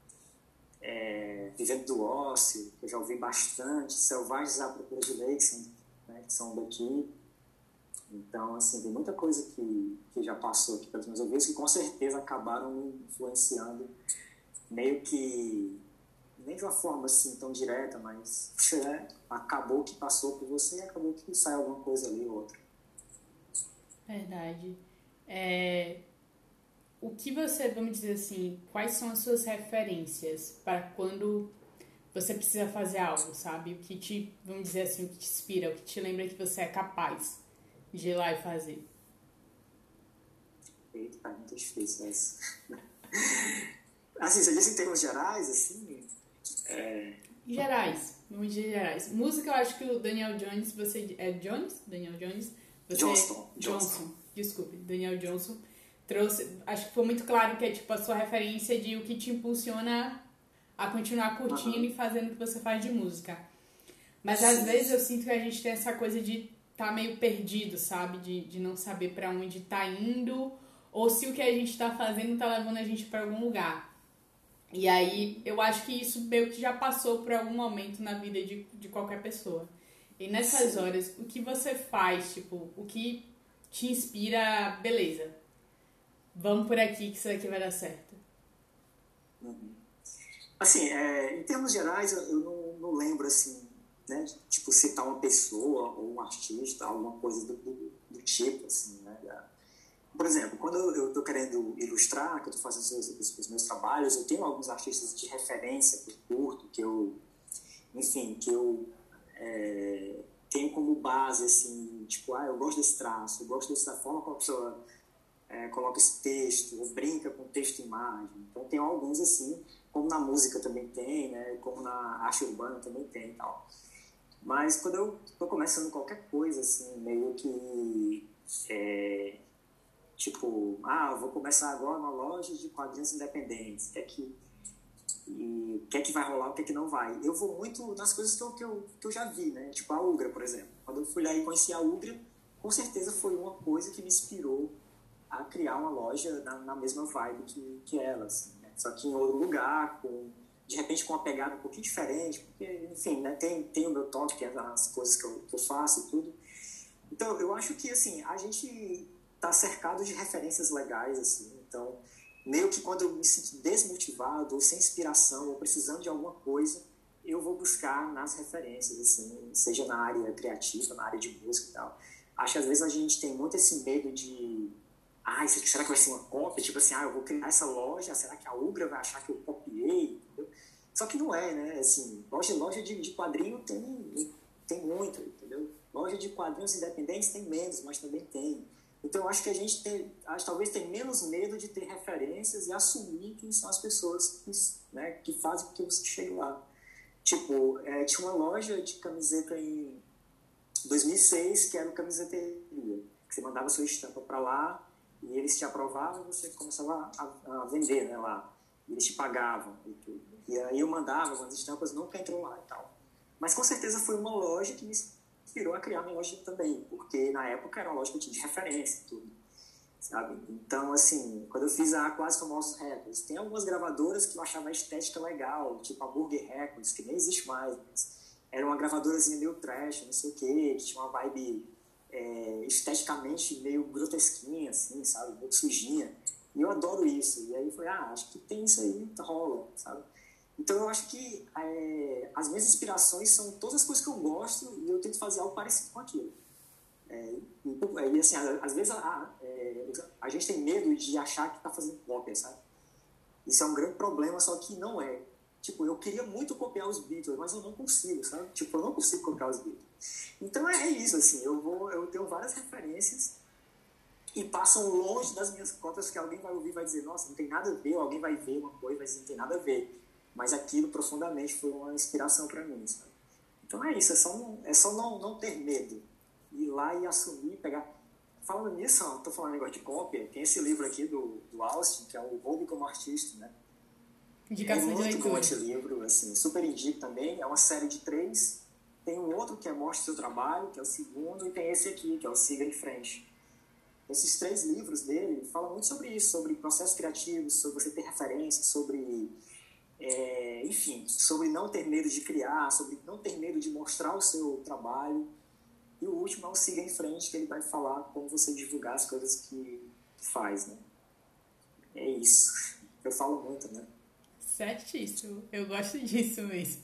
Vivendo do Ócio, que eu já ouvi bastante, Selvagens à Procura de Leixo, né? Que são daqui. Então, assim, tem muita coisa que já passou aqui pelos meus ouvidos, que com certeza acabaram me influenciando, meio que, nem de uma forma assim tão direta, mas acabou que passou por você e acabou que sai alguma coisa ali ou outra. Verdade. O que você, vamos dizer assim, quais são as suas referências para quando você precisa fazer algo, sabe? O que te, vamos dizer assim, o que te inspira, o que te lembra que você é capaz de ir lá e fazer? Eita, muito difícil essa. Assim, você disse em termos gerais, assim? Gerais, vamos dizer gerais. Música, eu acho que o Daniel Jones, você... É Jones? Daniel Jones? Johnson. Desculpe, Daniel Johnson trouxe... Acho que foi muito claro que é tipo a sua referência de o que te impulsiona a continuar curtindo e fazendo o que você faz de música. Mas às vezes eu sinto que a gente tem essa coisa de tá meio perdido, sabe? De não saber pra onde tá indo, ou se o que a gente tá fazendo tá levando a gente pra algum lugar. E aí, eu acho que isso meio que já passou por algum momento na vida de qualquer pessoa. E nessas horas, o que você faz, tipo, o que te inspira, beleza, vamos por aqui que isso aqui vai dar certo. Assim, em termos gerais, eu não lembro, assim, né, de, tipo, citar uma pessoa ou um artista, alguma coisa do tipo, assim, né, por exemplo, quando eu estou querendo ilustrar, que eu estou fazendo os meus trabalhos, eu tenho alguns artistas de referência que eu curto, enfim, que eu tenho como base, assim, tipo, eu gosto desse traço, eu gosto da forma como a pessoa coloca esse texto, ou brinca com texto e imagem. Então, tem alguns, assim, como na música também tem, né, como na arte urbana também tem e tal. Mas quando eu estou começando qualquer coisa, assim, meio que... tipo, eu vou começar agora uma loja de quadrinhos independentes, o que é que vai rolar, o que é que não vai. Eu vou muito nas coisas que eu já vi, né? Tipo a Ugra, por exemplo. Quando eu fui lá e conheci a Ugra, com certeza foi uma coisa que me inspirou a criar uma loja na mesma vibe que ela, assim, né? Só que em outro lugar, de repente com uma pegada um pouquinho diferente, porque, enfim, né? Tem o meu toque, tem as coisas que eu faço e tudo. Então, eu acho que, assim, a gente tá cercado de referências legais, assim, então, meio que quando eu me sinto desmotivado, ou sem inspiração, ou precisando de alguma coisa, eu vou buscar nas referências, assim, seja na área criativa, na área de música e tal. Acho que às vezes a gente tem muito esse medo de, será que vai ser uma cópia? Tipo assim, eu vou criar essa loja, será que a Ugra vai achar que eu copiei? Entendeu? Só que não é, né? Assim, loja de quadrinho tem muito, entendeu? Loja de quadrinhos independentes tem menos, mas também tem. Então, eu acho que a gente talvez tem menos medo de ter referências e assumir quem são as pessoas que fazem com que você chegue lá. Tipo, tinha uma loja de camiseta em 2006 que era uma camiseteria, que você mandava sua estampa para lá e eles te aprovavam e você começava a vender, né, lá. E eles te pagavam e tudo. E aí eu mandava algumas estampas, nunca entrou lá e tal. Mas com certeza foi uma loja que me inspirou a criar minha loja também, porque na época era uma loja que eu tinha de referência e tudo, sabe? Então, assim, quando eu fiz a Quase Famosos Records, tem algumas gravadoras que eu achava a estética legal, tipo a Burger Records, que nem existe mais, mas era uma gravadorazinha meio trash, não sei o quê, que tinha uma vibe esteticamente meio grotesquinha, assim, sabe? Meio sujinha. E eu adoro isso. E aí eu falei, acho que tem isso aí, rola, sabe? Então eu acho que as minhas inspirações são todas as coisas que eu gosto e eu tento fazer algo parecido com aquilo. E assim, às vezes a gente tem medo de achar que está fazendo cópia, sabe? Isso é um grande problema, só que não é. Tipo, eu queria muito copiar os Beatles, mas eu não consigo, sabe? Tipo, eu não consigo copiar os Beatles. Então é isso, assim, eu tenho várias referências e passam longe das minhas cópias que alguém vai ouvir e vai dizer, nossa, não tem nada a ver, ou alguém vai ver uma coisa e vai dizer, não tem nada a ver. Mas aquilo profundamente foi uma inspiração para mim, sabe? Então é isso, é só não ter medo. Ir lá e assumir, pegar... Falando nisso, tô falando um negócio de cópia, tem esse livro aqui do Austin, que é o Roube como Artista, né? Indicação de leitura. Muito bom esse livro, assim, super indico também. É uma série de 3. Tem um outro que é Mostre Seu Trabalho, que é o segundo, e tem esse aqui, que é o Siga em Frente. Esses 3 livros dele falam muito sobre isso, sobre processos criativos, sobre você ter referência, sobre... enfim, sobre não ter medo de criar, sobre não ter medo de mostrar o seu trabalho. E o último é o Siga em Frente, que ele vai falar como você divulgar as coisas que faz, né? É isso. Eu falo muito, né? Certíssimo. Eu gosto disso mesmo.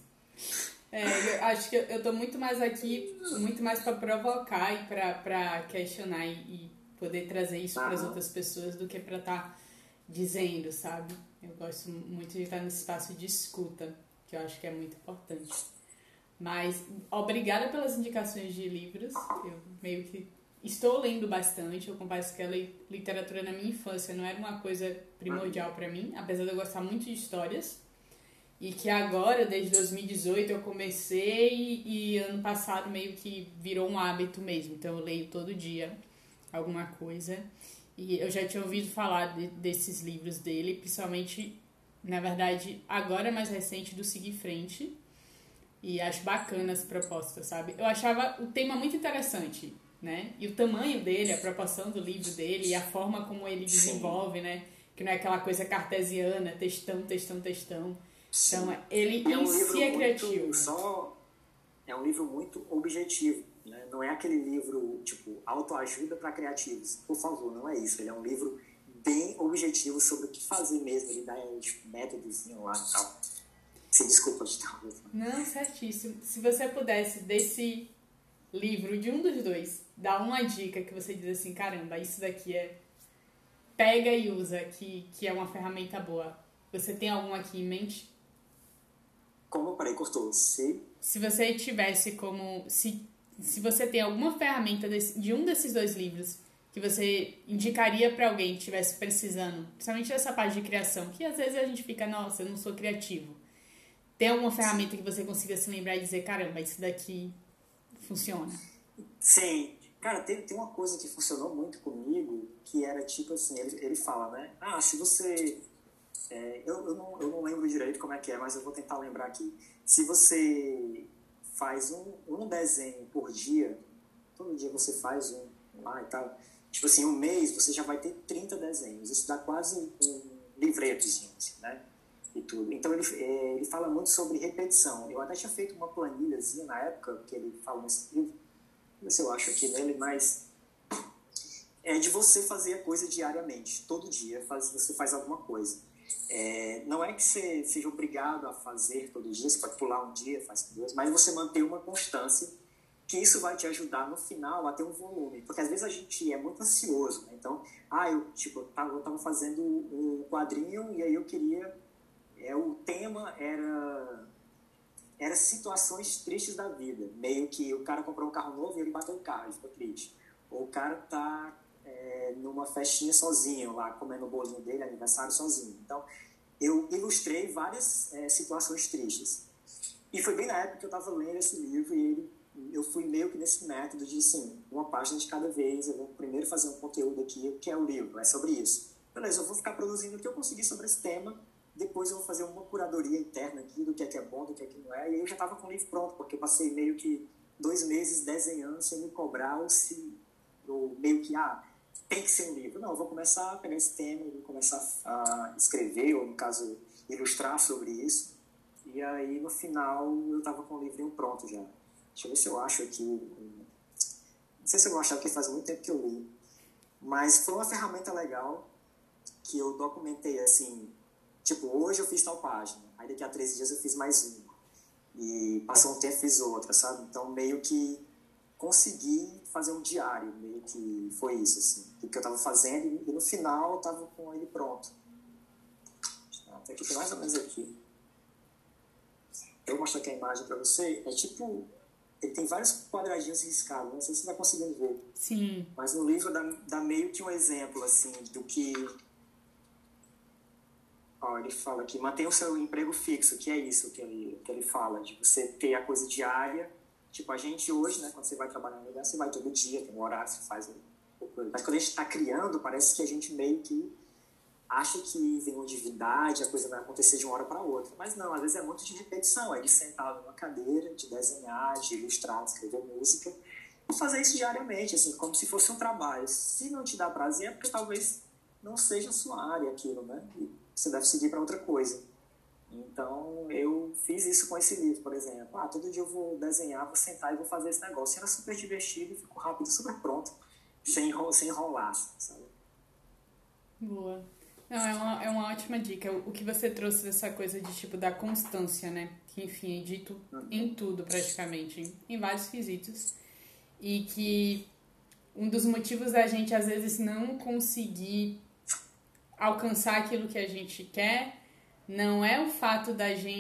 Eu acho que eu tô muito mais aqui, muito mais para provocar e para questionar e poder trazer isso para as outras pessoas do que para estar dizendo, sabe? Eu gosto muito de estar nesse espaço de escuta, que eu acho que é muito importante. Mas obrigada pelas indicações de livros. Eu meio que estou lendo bastante. Eu confesso que a literatura na minha infância não era uma coisa primordial para mim, apesar de eu gostar muito de histórias. E que agora, desde 2018, eu comecei e ano passado meio que virou um hábito mesmo. Então eu leio todo dia alguma coisa. E eu já tinha ouvido falar desses livros dele, principalmente, na verdade, agora mais recente, do Seguir Frente. E acho bacana essa proposta, sabe? Eu achava o tema muito interessante, né? E o tamanho dele, a proporção do livro dele e a forma como ele desenvolve, né? Que não é aquela coisa cartesiana, textão, textão, textão. Sim. Então, ele em si é criativo. É um livro muito objetivo, né? Não é aquele livro, tipo, autoajuda para criativos. Por favor, não é isso. Ele é um livro bem objetivo sobre o que fazer mesmo. Ele dá tipo, métodozinho lá e tal. Se desculpa de tal. Não, certíssimo. Se você pudesse, desse livro, de um dos dois, dar uma dica que você diz assim, caramba, isso daqui pega e usa, que é uma ferramenta boa. Você tem algum aqui em mente? Como? Peraí, cortou. Se você tivesse como... Se você tem alguma ferramenta de um desses 2 livros que você indicaria para alguém que estivesse precisando, principalmente dessa parte de criação, que às vezes a gente fica, nossa, eu não sou criativo. Tem alguma ferramenta que você consiga se lembrar e dizer, caramba, isso daqui funciona? Sim. Cara, tem uma coisa que funcionou muito comigo, que era tipo assim, ele fala, né? Se você... eu não lembro direito como é que é, mas eu vou tentar lembrar aqui. Se você faz um desenho por dia, todo dia você faz um lá e tal, tipo assim, um mês você já vai ter 30 desenhos. Isso dá quase um livretozinho, assim, né? E tudo. Então ele fala muito sobre repetição. Eu até tinha feito uma planilhazinha na época que ele fala nesse livro, não sei se eu acho aqui nele, mas é de você fazer a coisa diariamente, todo dia você faz alguma coisa. Não é que você seja obrigado a fazer todo dia, você pode pular um dia, faz 2, mas você manter uma constância, que isso vai te ajudar no final a ter um volume, porque às vezes a gente é muito ansioso, né? Então, eu tava fazendo um quadrinho e aí eu queria, o tema era situações tristes da vida, meio que o cara comprou um carro novo e ele bateu o carro, ele ficou triste, ou o cara tá numa festinha sozinho lá, comendo o bolinho dele, aniversário sozinho. Então, eu ilustrei várias situações tristes. E foi bem na época que eu estava lendo esse livro e eu fui meio que nesse método de, assim, uma página de cada vez, eu vou primeiro fazer um conteúdo aqui, que é o livro, é sobre isso. Beleza, eu vou ficar produzindo o que eu conseguir sobre esse tema, depois eu vou fazer uma curadoria interna aqui do que é bom, do que é que não é, e aí eu já estava com o livro pronto, porque eu passei meio que 2 meses desenhando sem me cobrar, ou meio que, tem que ser um livro. Não, eu vou começar a pegar esse tema, eu vou começar a escrever, ou no caso, ilustrar sobre isso, e aí no final eu estava com o livrinho pronto já. Deixa eu ver se eu acho aqui, não sei se eu vou achar, porque faz muito tempo que eu li, mas foi uma ferramenta legal que eu documentei assim, tipo, hoje eu fiz tal página, aí daqui a 13 dias eu fiz mais uma, e passou um tempo fiz outra, sabe? Então meio que consegui fazer um diário, meio que foi isso, assim, do que eu estava fazendo, e no final eu estava com ele pronto. Até aqui, tem mais ou menos aqui. Eu vou mostrar aqui a imagem para você, é tipo, ele tem vários quadradinhos riscados, não sei se você vai conseguindo ver. Sim. Mas no livro dá meio que um exemplo, assim, do que... ele fala aqui, mantenha o seu emprego fixo, que é isso que ele fala, de você ter a coisa diária. Tipo, a gente hoje, né, quando você vai trabalhar no lugar, você vai todo dia, tem um horário, você faz... Mas quando a gente está criando, parece que a gente meio que acha que vem uma divindade, a coisa vai acontecer de uma hora para outra. Mas não, às vezes é muito de repetição, é de sentar numa cadeira, de desenhar, de ilustrar, de escrever música, e fazer isso diariamente, assim, como se fosse um trabalho. Se não te dá prazer, é porque talvez não seja a sua área aquilo, né? E você deve seguir para outra coisa. Então, eu fiz isso com esse livro, por exemplo. Todo dia eu vou desenhar, vou sentar e vou fazer esse negócio. E era super divertido, ficou rápido, super pronto, sem enrolar, sabe? Boa. Não, é uma ótima dica. O que você trouxe dessa coisa de, tipo, da constância, né? Que, enfim, é dito em tudo, praticamente. Em vários quesitos. E que um dos motivos da gente, às vezes, não conseguir alcançar aquilo que a gente quer não é o fato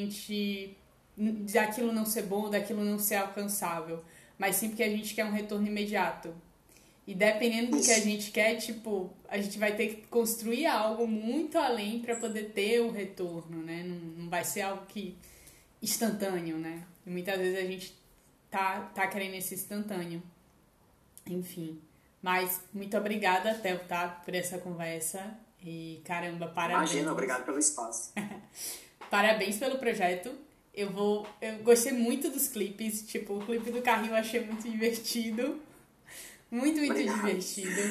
daquilo não ser bom, daquilo não ser alcançável, mas sim porque a gente quer um retorno imediato. E dependendo do que a gente quer, tipo, a gente vai ter que construir algo muito além para poder ter o retorno, né? Não vai ser algo instantâneo, né? E muitas vezes a gente tá querendo esse instantâneo. Enfim. Mas muito obrigada, Theo, tá? Por essa conversa. E caramba, parabéns. Imagina, obrigado pelo espaço. Parabéns pelo projeto. Eu gostei muito dos clipes. Tipo, o clipe do carrinho eu achei muito divertido. Muito divertido.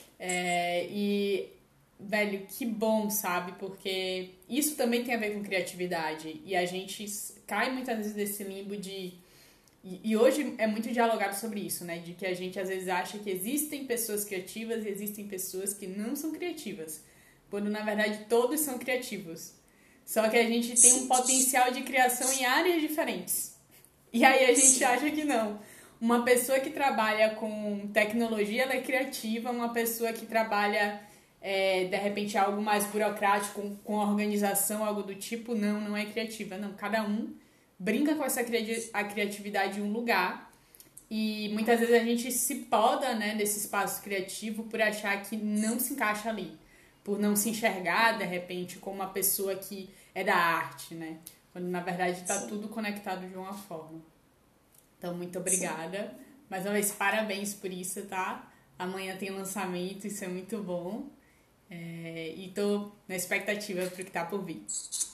E, velho, que bom, sabe? Porque isso também tem a ver com criatividade. E a gente cai muitas vezes desse limbo de... E hoje é muito dialogado sobre isso, né? De que a gente às vezes acha que existem pessoas criativas e existem pessoas que não são criativas. Quando, na verdade, todos são criativos. Só que a gente tem um potencial de criação em áreas diferentes. E aí a gente acha que não. Uma pessoa que trabalha com tecnologia, ela é criativa. Uma pessoa que trabalha, de repente, algo mais burocrático, com organização, algo do tipo, não é criativa. Não, cada um brinca com a criatividade em um lugar. E muitas vezes a gente se poda, né, desse espaço criativo por achar que não se encaixa ali. Por não se enxergar, de repente, como uma pessoa que é da arte, né? Quando, na verdade, está tudo conectado de uma forma. Então, muito obrigada. Mais uma vez, parabéns por isso, tá? Amanhã tem lançamento, isso é muito bom. E tô na expectativa pro que tá por vir.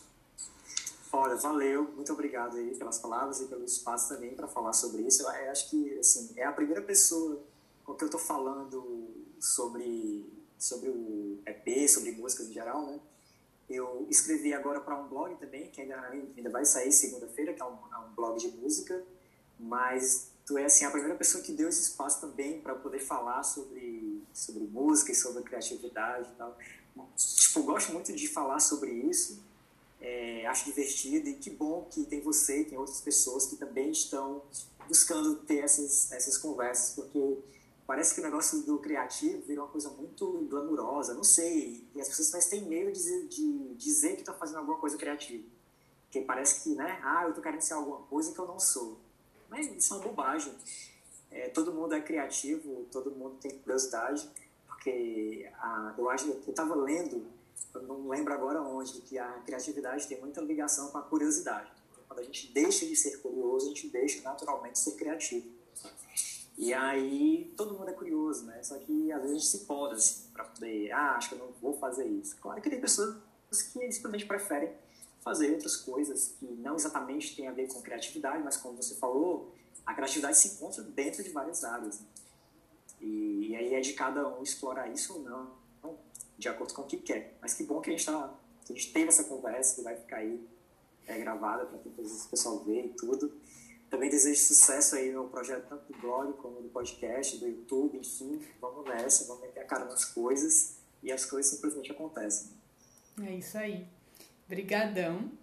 Olha, valeu. Muito obrigado aí pelas palavras e pelo espaço também para falar sobre isso. Eu acho que, assim, é a primeira pessoa com que eu tô falando sobre o EP, sobre músicas em geral, né? Eu escrevi agora para um blog também, que ainda vai sair segunda-feira, que é um blog de música, mas tu é assim, a primeira pessoa que deu esse espaço também para poder falar sobre música e sobre criatividade e tal. Tipo, eu gosto muito de falar sobre isso, acho divertido, e que bom que tem você e tem outras pessoas que também estão buscando ter essas conversas, porque parece que o negócio do criativo virou uma coisa muito glamurosa, não sei, e as pessoas têm medo de dizer que estão fazendo alguma coisa criativa, porque parece que, né, eu estou querendo ser alguma coisa que eu não sou, mas isso é uma bobagem. Todo mundo é criativo, todo mundo tem curiosidade, porque eu estava lendo, eu não lembro agora onde, que a criatividade tem muita ligação com a curiosidade. Quando a gente deixa de ser curioso, a gente deixa naturalmente de ser criativo. E aí todo mundo é curioso, né? Só que às vezes a gente se poda assim, para poder, acho que eu não vou fazer isso. Claro que tem pessoas que simplesmente preferem fazer outras coisas que não exatamente têm a ver com criatividade, mas como você falou, a criatividade se encontra dentro de várias áreas. Né? E aí é de cada um explorar isso ou não, de acordo com o que quer. Mas que bom que a gente teve essa conversa, que vai ficar aí gravada para que o pessoal ver e tudo. Também desejo sucesso aí no projeto, tanto do blog como do podcast, do YouTube, enfim. Vamos nessa, vamos meter a cara nas coisas e as coisas simplesmente acontecem. É isso aí. Brigadão.